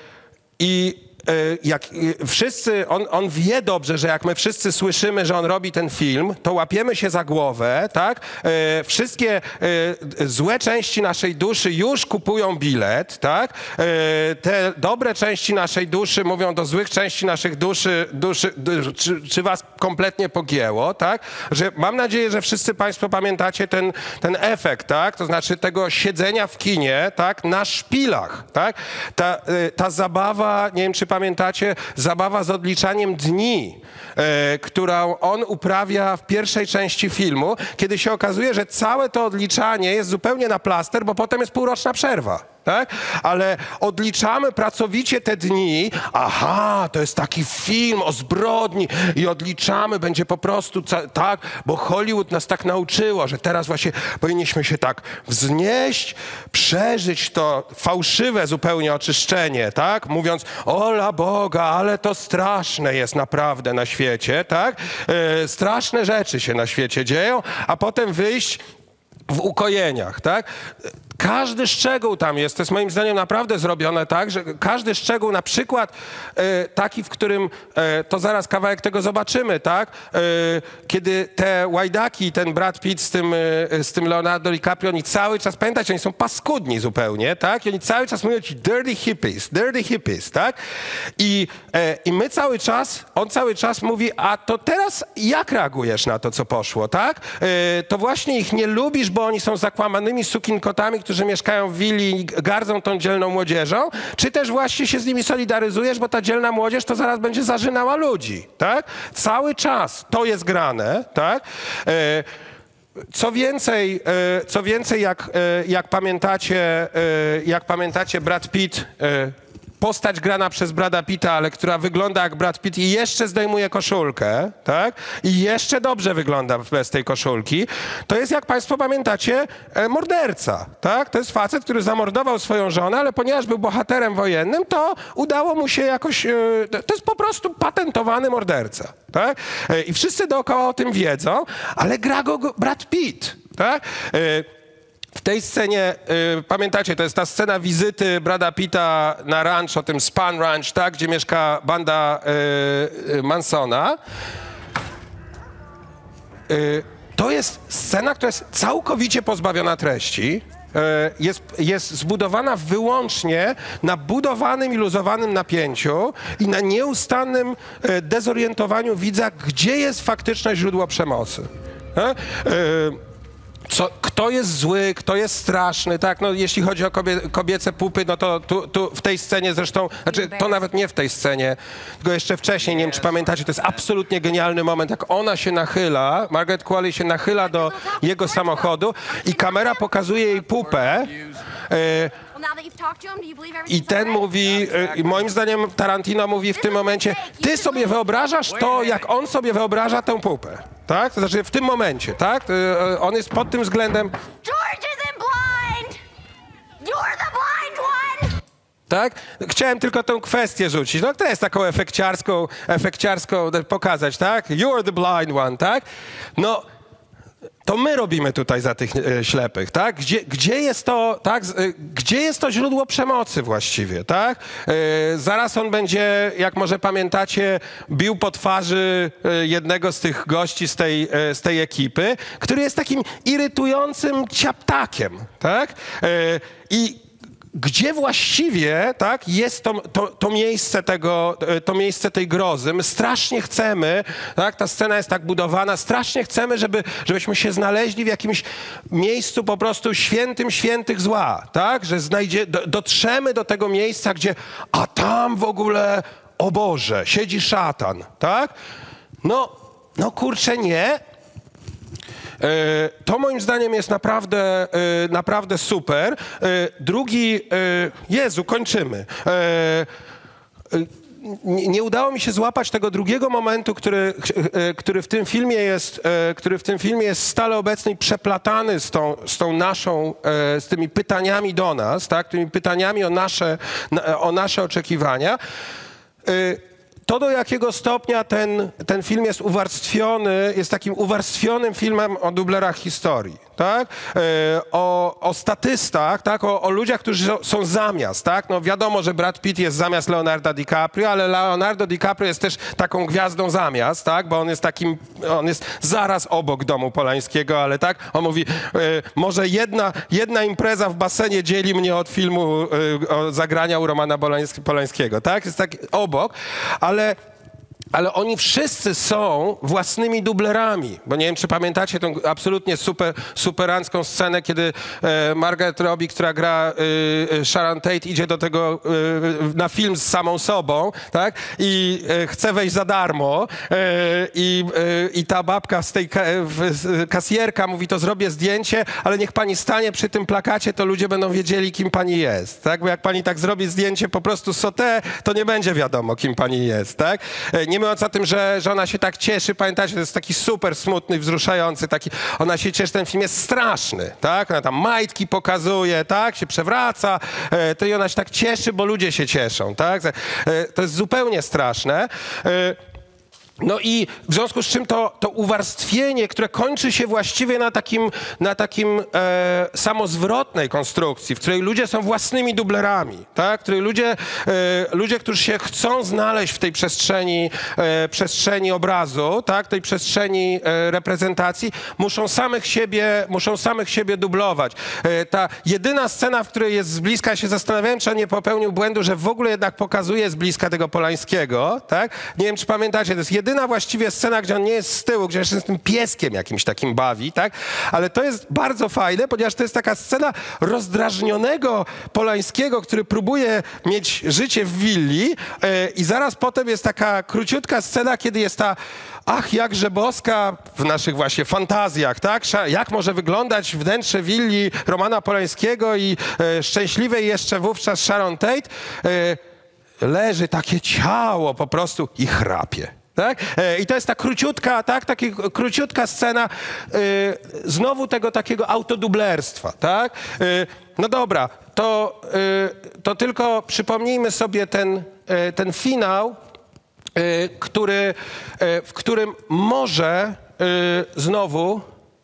i jak wszyscy, on, on wie dobrze, że jak my wszyscy słyszymy, że on robi ten film, to łapiemy się za głowę, tak? E, wszystkie e, złe części naszej duszy już kupują bilet, tak? E, te dobre części naszej duszy mówią do złych części naszych duszy, duszy duszy czy, czy was kompletnie pogięło, tak? Że mam nadzieję, że wszyscy państwo pamiętacie ten, ten efekt, tak? To znaczy tego siedzenia w kinie, tak? Na szpilach, tak? Ta, e, ta zabawa, nie wiem, czy pamiętacie, zabawa z odliczaniem dni, e, którą on uprawia w pierwszej części filmu, kiedy się okazuje, że całe to odliczanie jest zupełnie na plaster, bo potem jest półroczna przerwa. Tak? Ale odliczamy pracowicie te dni, aha, to jest taki film o zbrodni i odliczamy, będzie po prostu tak, bo Hollywood nas tak nauczyło, że teraz właśnie powinniśmy się tak wznieść, przeżyć to fałszywe zupełnie oczyszczenie, tak? Mówiąc, ola Boga, ale to straszne jest naprawdę na świecie, tak? E, straszne rzeczy się na świecie dzieją, a potem wyjść w ukojeniach, tak? Każdy szczegół tam jest, to jest moim zdaniem naprawdę zrobione tak, że każdy szczegół, na przykład e, taki, w którym, e, to zaraz kawałek tego zobaczymy, tak? E, kiedy te łajdaki, ten Brad Pitt z tym, e, z tym Leonardo DiCaprio, oni cały czas, pamiętacie, oni są paskudni zupełnie, tak? I oni cały czas mówią ci dirty hippies, dirty hippies, tak? I, e, i my cały czas, on cały czas mówi, a to teraz jak reagujesz na to, co poszło, tak? E, to właśnie ich nie lubisz, bo oni są zakłamanymi sukinkotami, którzy mieszkają w willi i gardzą tą dzielną młodzieżą, czy też właśnie się z nimi solidaryzujesz, bo ta dzielna młodzież to zaraz będzie zarzynała ludzi, tak? Cały czas to jest grane, tak? E, co więcej, e, co więcej jak, e, jak pamiętacie, e, jak pamiętacie Brad Pitt, e, postać grana przez Brada Pitta, ale która wygląda jak Brad Pitt i jeszcze zdejmuje koszulkę, tak? I jeszcze dobrze wygląda bez tej koszulki. To jest, jak państwo pamiętacie, e, morderca, tak? To jest facet, który zamordował swoją żonę, ale ponieważ był bohaterem wojennym, to udało mu się jakoś... E, to jest po prostu patentowany morderca, tak? E, I wszyscy dookoła o tym wiedzą, ale gra go Brad Pitt, tak? E, W tej scenie, y, pamiętacie, to jest ta scena wizyty Brada Pitta na ranch, o tym Spahn Ranch, tak, gdzie mieszka banda y, y, Mansona. Y, to jest scena, która jest całkowicie pozbawiona treści. Y, jest, jest zbudowana wyłącznie na budowanym i luzowanym napięciu i na nieustannym y, dezorientowaniu widza, gdzie jest faktyczne źródło przemocy. Y, y, Co, kto jest zły, kto jest straszny, tak? No, jeśli chodzi o kobie, kobiece pupy, no to tu, tu w tej scenie zresztą, znaczy to nawet nie w tej scenie, tylko jeszcze wcześniej, nie wiem czy pamiętacie, to jest absolutnie genialny moment, jak ona się nachyla, Margaret Qualley się nachyla do jego samochodu i kamera pokazuje jej pupę. Y, I ten mówi, y, moim zdaniem Tarantino mówi w tym momencie, ty sobie wyobrażasz to, jak on sobie wyobraża tę pupę. Tak? To znaczy w tym momencie, tak? Y, on jest pod tym względem...
George isn't blind! You're the blind one!
tak? Chciałem tylko tę kwestię rzucić. No to jest taką efekciarską, efekciarską pokazać, tak? You are the blind one, tak? No, to my robimy tutaj za tych e, ślepych, tak? Gdzie, gdzie jest to, tak? Z, e, gdzie jest to źródło przemocy właściwie, tak? E, zaraz on będzie, jak może pamiętacie, bił po twarzy e, jednego z tych gości z tej, e, z tej ekipy, który jest takim irytującym ciaptakiem, tak? E, I gdzie właściwie, tak, jest to, to, to miejsce tego, to miejsce tej grozy. My strasznie chcemy, tak, ta scena jest tak budowana, strasznie chcemy, żeby, żebyśmy się znaleźli w jakimś miejscu po prostu świętym świętych zła, tak, że znajdzie, do, dotrzemy do tego miejsca, gdzie, a tam w ogóle, o Boże, siedzi szatan, tak? No, no kurczę, nie. To moim zdaniem jest naprawdę, naprawdę super. Drugi, Jezu, kończymy. Nie udało mi się złapać tego drugiego momentu, który, który, w tym filmie jest, który w tym filmie jest stale obecny i przeplatany z tą, z tą naszą, z tymi pytaniami do nas, tak? Tymi pytaniami o nasze, o nasze oczekiwania. To, do jakiego stopnia ten, ten film jest uwarstwiony, jest takim uwarstwionym filmem o dublerach historii, tak? E, o, o statystach, tak? O, o ludziach, którzy są zamiast, tak? No wiadomo, że Brad Pitt jest zamiast Leonarda DiCaprio, ale Leonardo DiCaprio jest też taką gwiazdą zamiast, tak? Bo on jest takim, on jest zaraz obok domu Polańskiego, ale tak? On mówi, e, może jedna, jedna impreza w basenie dzieli mnie od filmu e, o zagrania u Romana Polańs- Polańskiego, tak? Jest tak obok, ale Ale, ale oni wszyscy są własnymi dublerami, bo nie wiem, czy pamiętacie tą absolutnie super, superancką scenę, kiedy e, Margaret Robbie, która gra e, Sharon Tate, idzie do tego e, na film z samą sobą, tak? I e, chce wejść za darmo e, i, e, i ta babka z tej ka, w, kasjerka mówi, to zrobię zdjęcie, ale niech pani stanie przy tym plakacie, to ludzie będą wiedzieli, kim pani jest, tak? Bo jak pani tak zrobi zdjęcie po prostu sauté, to nie będzie wiadomo, kim pani jest, tak? E, nie mówiąc o tym, że, że ona się tak cieszy, pamiętacie, to jest taki super smutny, wzruszający, taki, ona się cieszy, ten film jest straszny, tak? Ona tam majtki pokazuje, tak? Się przewraca, e, to i ona się tak cieszy, bo ludzie się cieszą, tak? E, to jest zupełnie straszne. E, No i w związku z czym to, to uwarstwienie, które kończy się właściwie na takim, na takim e, samozwrotnej konstrukcji, w której ludzie są własnymi dublerami, tak? W której ludzie, e, ludzie, którzy się chcą znaleźć w tej przestrzeni, e, przestrzeni obrazu, tak? Tej przestrzeni e, reprezentacji, muszą samych siebie, muszą samych siebie dublować. E, ta jedyna scena, w której jest z bliska, się zastanawiałem, czy on nie popełnił błędu, że w ogóle jednak pokazuje z bliska tego Polańskiego, tak? Nie wiem, czy pamiętacie, to jest jedyna właściwie scena, gdzie on nie jest z tyłu, gdzie jeszcze z tym pieskiem jakimś takim bawi, tak? Ale to jest bardzo fajne, ponieważ to jest taka scena rozdrażnionego Polańskiego, który próbuje mieć życie w willi yy, i zaraz potem jest taka króciutka scena, kiedy jest ta ach, jakże boska w naszych właśnie fantazjach, tak? Jak może wyglądać wnętrze willi Romana Polańskiego i yy, szczęśliwej jeszcze wówczas Sharon Tate. Yy, leży takie ciało po prostu i chrapie. Tak? I to jest ta króciutka, tak? Taka króciutka scena yy, znowu tego takiego autodublerstwa, tak? Yy, no dobra, to, yy, to tylko przypomnijmy sobie ten, yy, ten finał, yy, który, yy, w którym może yy, znowu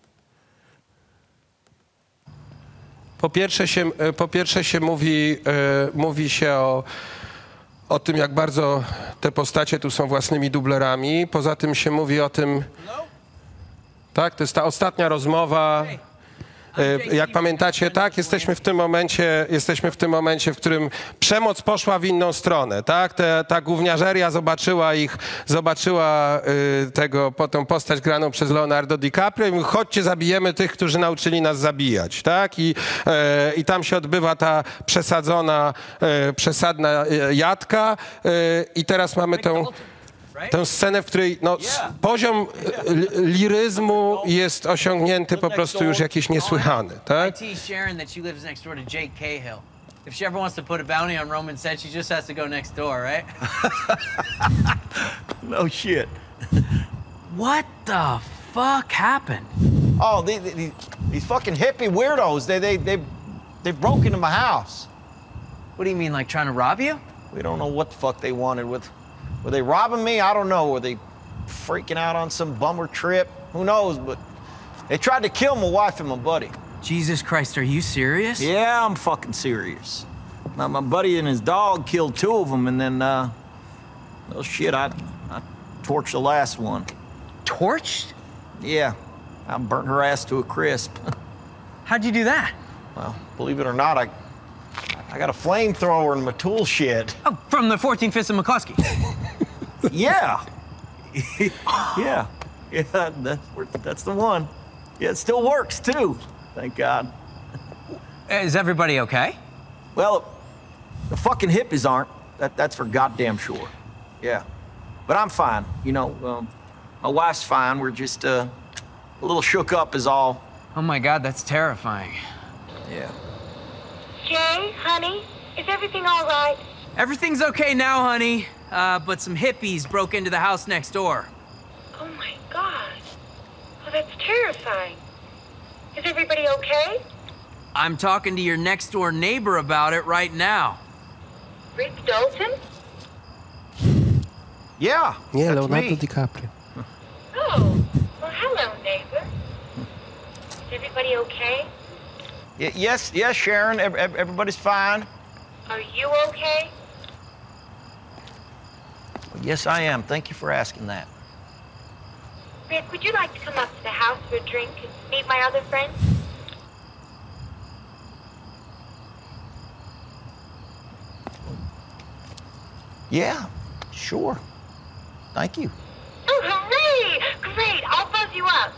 po pierwsze się, yy, po pierwsze się mówi, yy, mówi się o o tym, jak bardzo te postacie tu są własnymi dublerami. Poza tym się mówi o tym, tak, to jest ta ostatnia rozmowa. Jak pamiętacie, tak, jesteśmy w tym momencie, jesteśmy w tym momencie, w którym przemoc poszła w inną stronę, tak? Ta, ta gówniarzeria zobaczyła ich, zobaczyła y, tego, potem postać graną przez Leonardo DiCaprio i mówi, chodźcie, zabijemy tych, którzy nauczyli nas zabijać, tak? I, y, i tam się odbywa ta przesadzona, y, przesadna y, jadka y, i teraz mamy tę Tę scenę, w której no, poziom liryzmu jest osiągnięty po prostu już jakiś niesłychany, tak?
If she ever wants to put a bounty on Roman said, she just has to go next door, right?
No shit.
What the fuck happened?
Oh, these, these, these fucking hippie weirdos, they, they, they, they broke into my house.
What do you mean, like trying to rob you?
We don't know what the fuck they wanted with... Were they robbing me? I don't know. Were they freaking out on some bummer trip? Who knows, but they tried to kill my wife and my buddy.
Jesus Christ, are you serious?
Yeah, I'm fucking serious. Now, my buddy and his dog killed two of them, and then, uh... well, shit, I, I torched the last one.
Torched?
Yeah, I burnt her ass to a crisp.
How'd you do that?
Well, believe it or not, I, I got a flamethrower in my tool shed.
Oh, from the fourteen Fifths of McCluskey.
Yeah. yeah. Yeah, that's, that's the one. Yeah, it still works, too. Thank God.
Is everybody okay?
Well, the fucking hippies aren't. That, that's for goddamn sure. Yeah. But I'm fine. You know, um, my wife's fine. We're just uh, a little shook up is all.
Oh my God, that's terrifying.
Yeah.
Jay, honey, is everything all right?
Everything's okay now, honey. Uh, but some hippies broke into the house next door.
Oh my God. Oh, that's terrifying. Is everybody okay?
I'm talking to your next door neighbor about it right now.
Rick Dalton?
Yeah.
Nie,
that's
Leonardo
me.
DiCaprio.
Oh, well, hello, neighbor. Is everybody okay?
Y- yes, yes, Sharon. Ev- ev- everybody's fine.
Are you okay?
Well, yes, I am. Thank you for asking that.
Rick, would you like to come up to the house for a drink and meet my other friends?
Yeah, sure. Thank you.
Oh, hooray! Great, I'll buzz you up.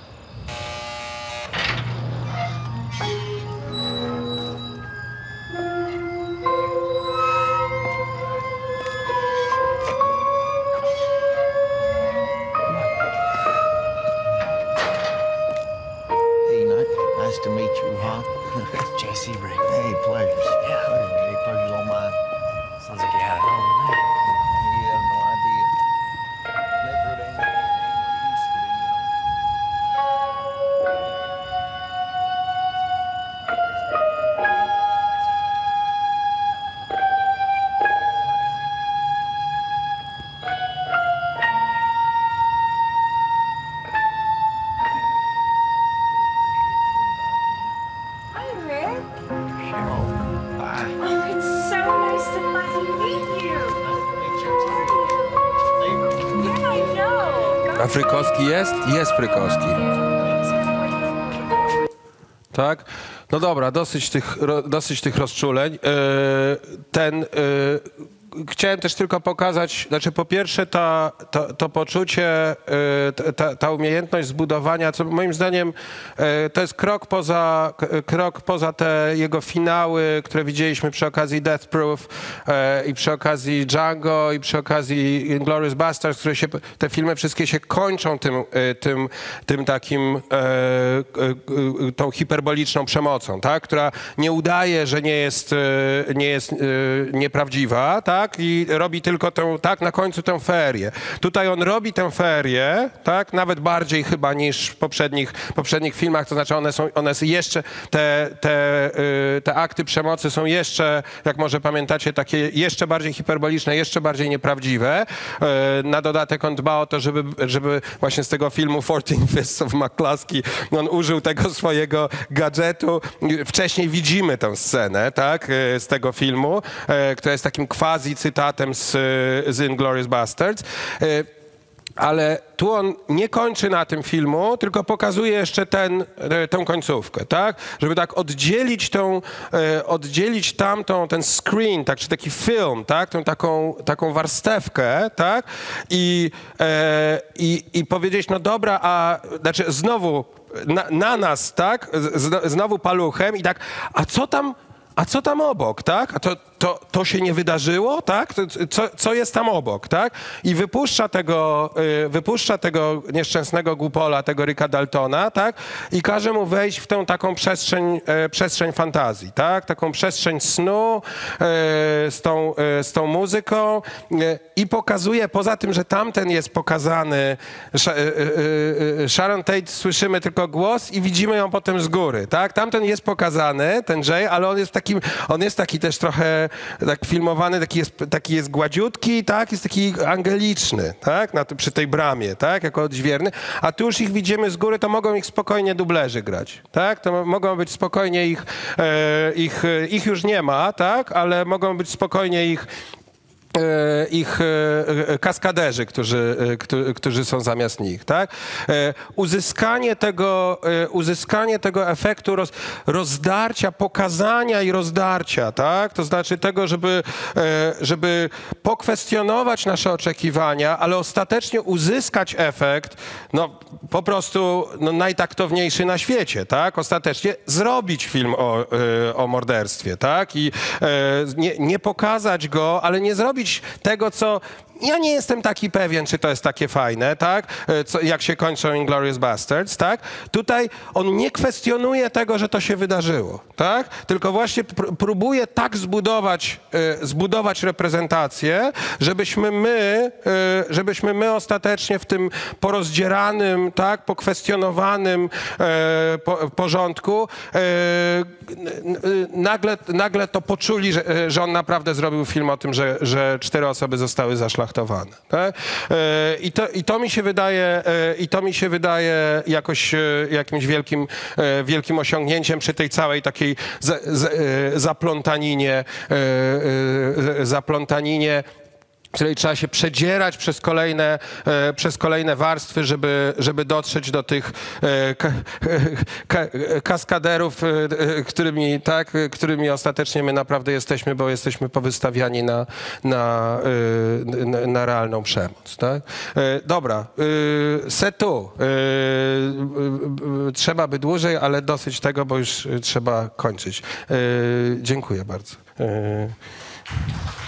Hey, ni- nice to meet you, huh?
J C Rick.
Hey, pleasure.
Yeah.
Pleasure, Jay. Pleasure's all mine.
Sounds like you had it all night.
You have no idea. Never ain't- ain't what it used to be, you know?
Hi, Rick.
Cheryl, bye.
Oh, it's so nice to finally meet you. Yeah, I know.
A Frykowski jest? Jest Frykowski. Tak? No dobra, dosyć tych, ro, dosyć tych rozczuleń. Yy, ten... Yy, Chciałem też tylko pokazać, znaczy po pierwsze ta, to, to poczucie, y, ta, ta umiejętność zbudowania, co moim zdaniem y, to jest krok poza, k- krok poza te jego finały, które widzieliśmy przy okazji Death Proof y, i przy okazji Django i przy okazji Inglourious Basterds, które się, te filmy wszystkie się kończą tym, y, tym, tym takim, y, y, y, tą hiperboliczną przemocą, tak? Która nie udaje, że nie jest, y, nie jest y, nieprawdziwa, tak? I robi tylko tę, tak, na końcu tę ferię. Tutaj on robi tę ferię, tak, nawet bardziej chyba niż w poprzednich, poprzednich filmach, to znaczy one są, one są jeszcze, te, te, y, te akty przemocy są jeszcze, jak może pamiętacie, takie jeszcze bardziej hiperboliczne, jeszcze bardziej nieprawdziwe. Y, na dodatek on dba o to, żeby, żeby właśnie z tego filmu fourteen Fists of McCluskey on użył tego swojego gadżetu. Wcześniej widzimy tę scenę, tak, y, z tego filmu, y, która jest takim quasi cytatem z, z Inglourious Basterds. Ale tu on nie kończy na tym filmu, tylko pokazuje jeszcze ten, tę końcówkę, tak? Żeby tak oddzielić tą, oddzielić tamtą, ten screen, tak, czy taki film, tak? Tą taką, taką warstewkę, tak? I, i, i powiedzieć, no dobra, a znaczy znowu na, na nas, tak? Z, znowu paluchem i tak, a co tam, a co tam obok, tak? A to, to, to się nie wydarzyło, tak? To, co, co jest tam obok, tak? I wypuszcza tego, y, wypuszcza tego nieszczęsnego głupola, tego Ricka Daltona, tak? I każe mu wejść w tę taką przestrzeń, y, przestrzeń fantazji, tak? Taką przestrzeń snu y, z, tą, y, z tą muzyką y, i pokazuje, poza tym, że tamten jest pokazany, Sh- y, y, y, Sharon Tate słyszymy tylko głos i widzimy ją potem z góry, tak? Tamten jest pokazany, ten Jay, ale on jest takim, on jest taki też trochę tak filmowany, taki jest, taki jest gładziutki, tak, jest taki angeliczny, tak, na, przy tej bramie, tak, jako odźwierny, a tu już ich widzimy z góry, to mogą ich spokojnie dublerzy grać, tak, to mogą być spokojnie ich, e, ich, ich już nie ma, tak, ale mogą być spokojnie ich ich kaskaderzy, którzy, którzy są zamiast nich, tak? Uzyskanie tego, uzyskanie tego efektu roz, rozdarcia, pokazania i rozdarcia, tak? To znaczy tego, żeby, żeby pokwestionować nasze oczekiwania, ale ostatecznie uzyskać efekt, no po prostu no, najtaktowniejszy na świecie, tak? Ostatecznie zrobić film o, o morderstwie, tak? I nie, nie pokazać go, ale nie zrobić tego, co... Ja nie jestem taki pewien, czy to jest takie fajne, tak? Co, jak się kończą Inglourious Basterds, tak? Tutaj on nie kwestionuje tego, że to się wydarzyło, tak? Tylko właśnie pr próbuje tak zbudować, y, zbudować reprezentację, żebyśmy my, y, żebyśmy my ostatecznie w tym porozdzieranym, tak? Pokwestionowanym y, po, porządku y, y, nagle, nagle to poczuli, że, że on naprawdę zrobił film o tym, że, że cztery osoby zostały zaszlachtowane. Tak? I, to, I to mi się wydaje, i to mi się wydaje jakoś jakimś wielkim, wielkim osiągnięciem przy tej całej takiej za, za, zaplątaninie, zaplątaninie, w której trzeba się przedzierać przez kolejne, e, przez kolejne warstwy, żeby, żeby dotrzeć do tych e, ka, ka, kaskaderów, e, którymi, tak, którymi ostatecznie my naprawdę jesteśmy, bo jesteśmy powystawiani na, na, e, na, na realną przemoc. Tak? E, dobra, e, c'est tout. E, e, trzeba by dłużej, ale dosyć tego, bo już trzeba kończyć. E, dziękuję bardzo. E,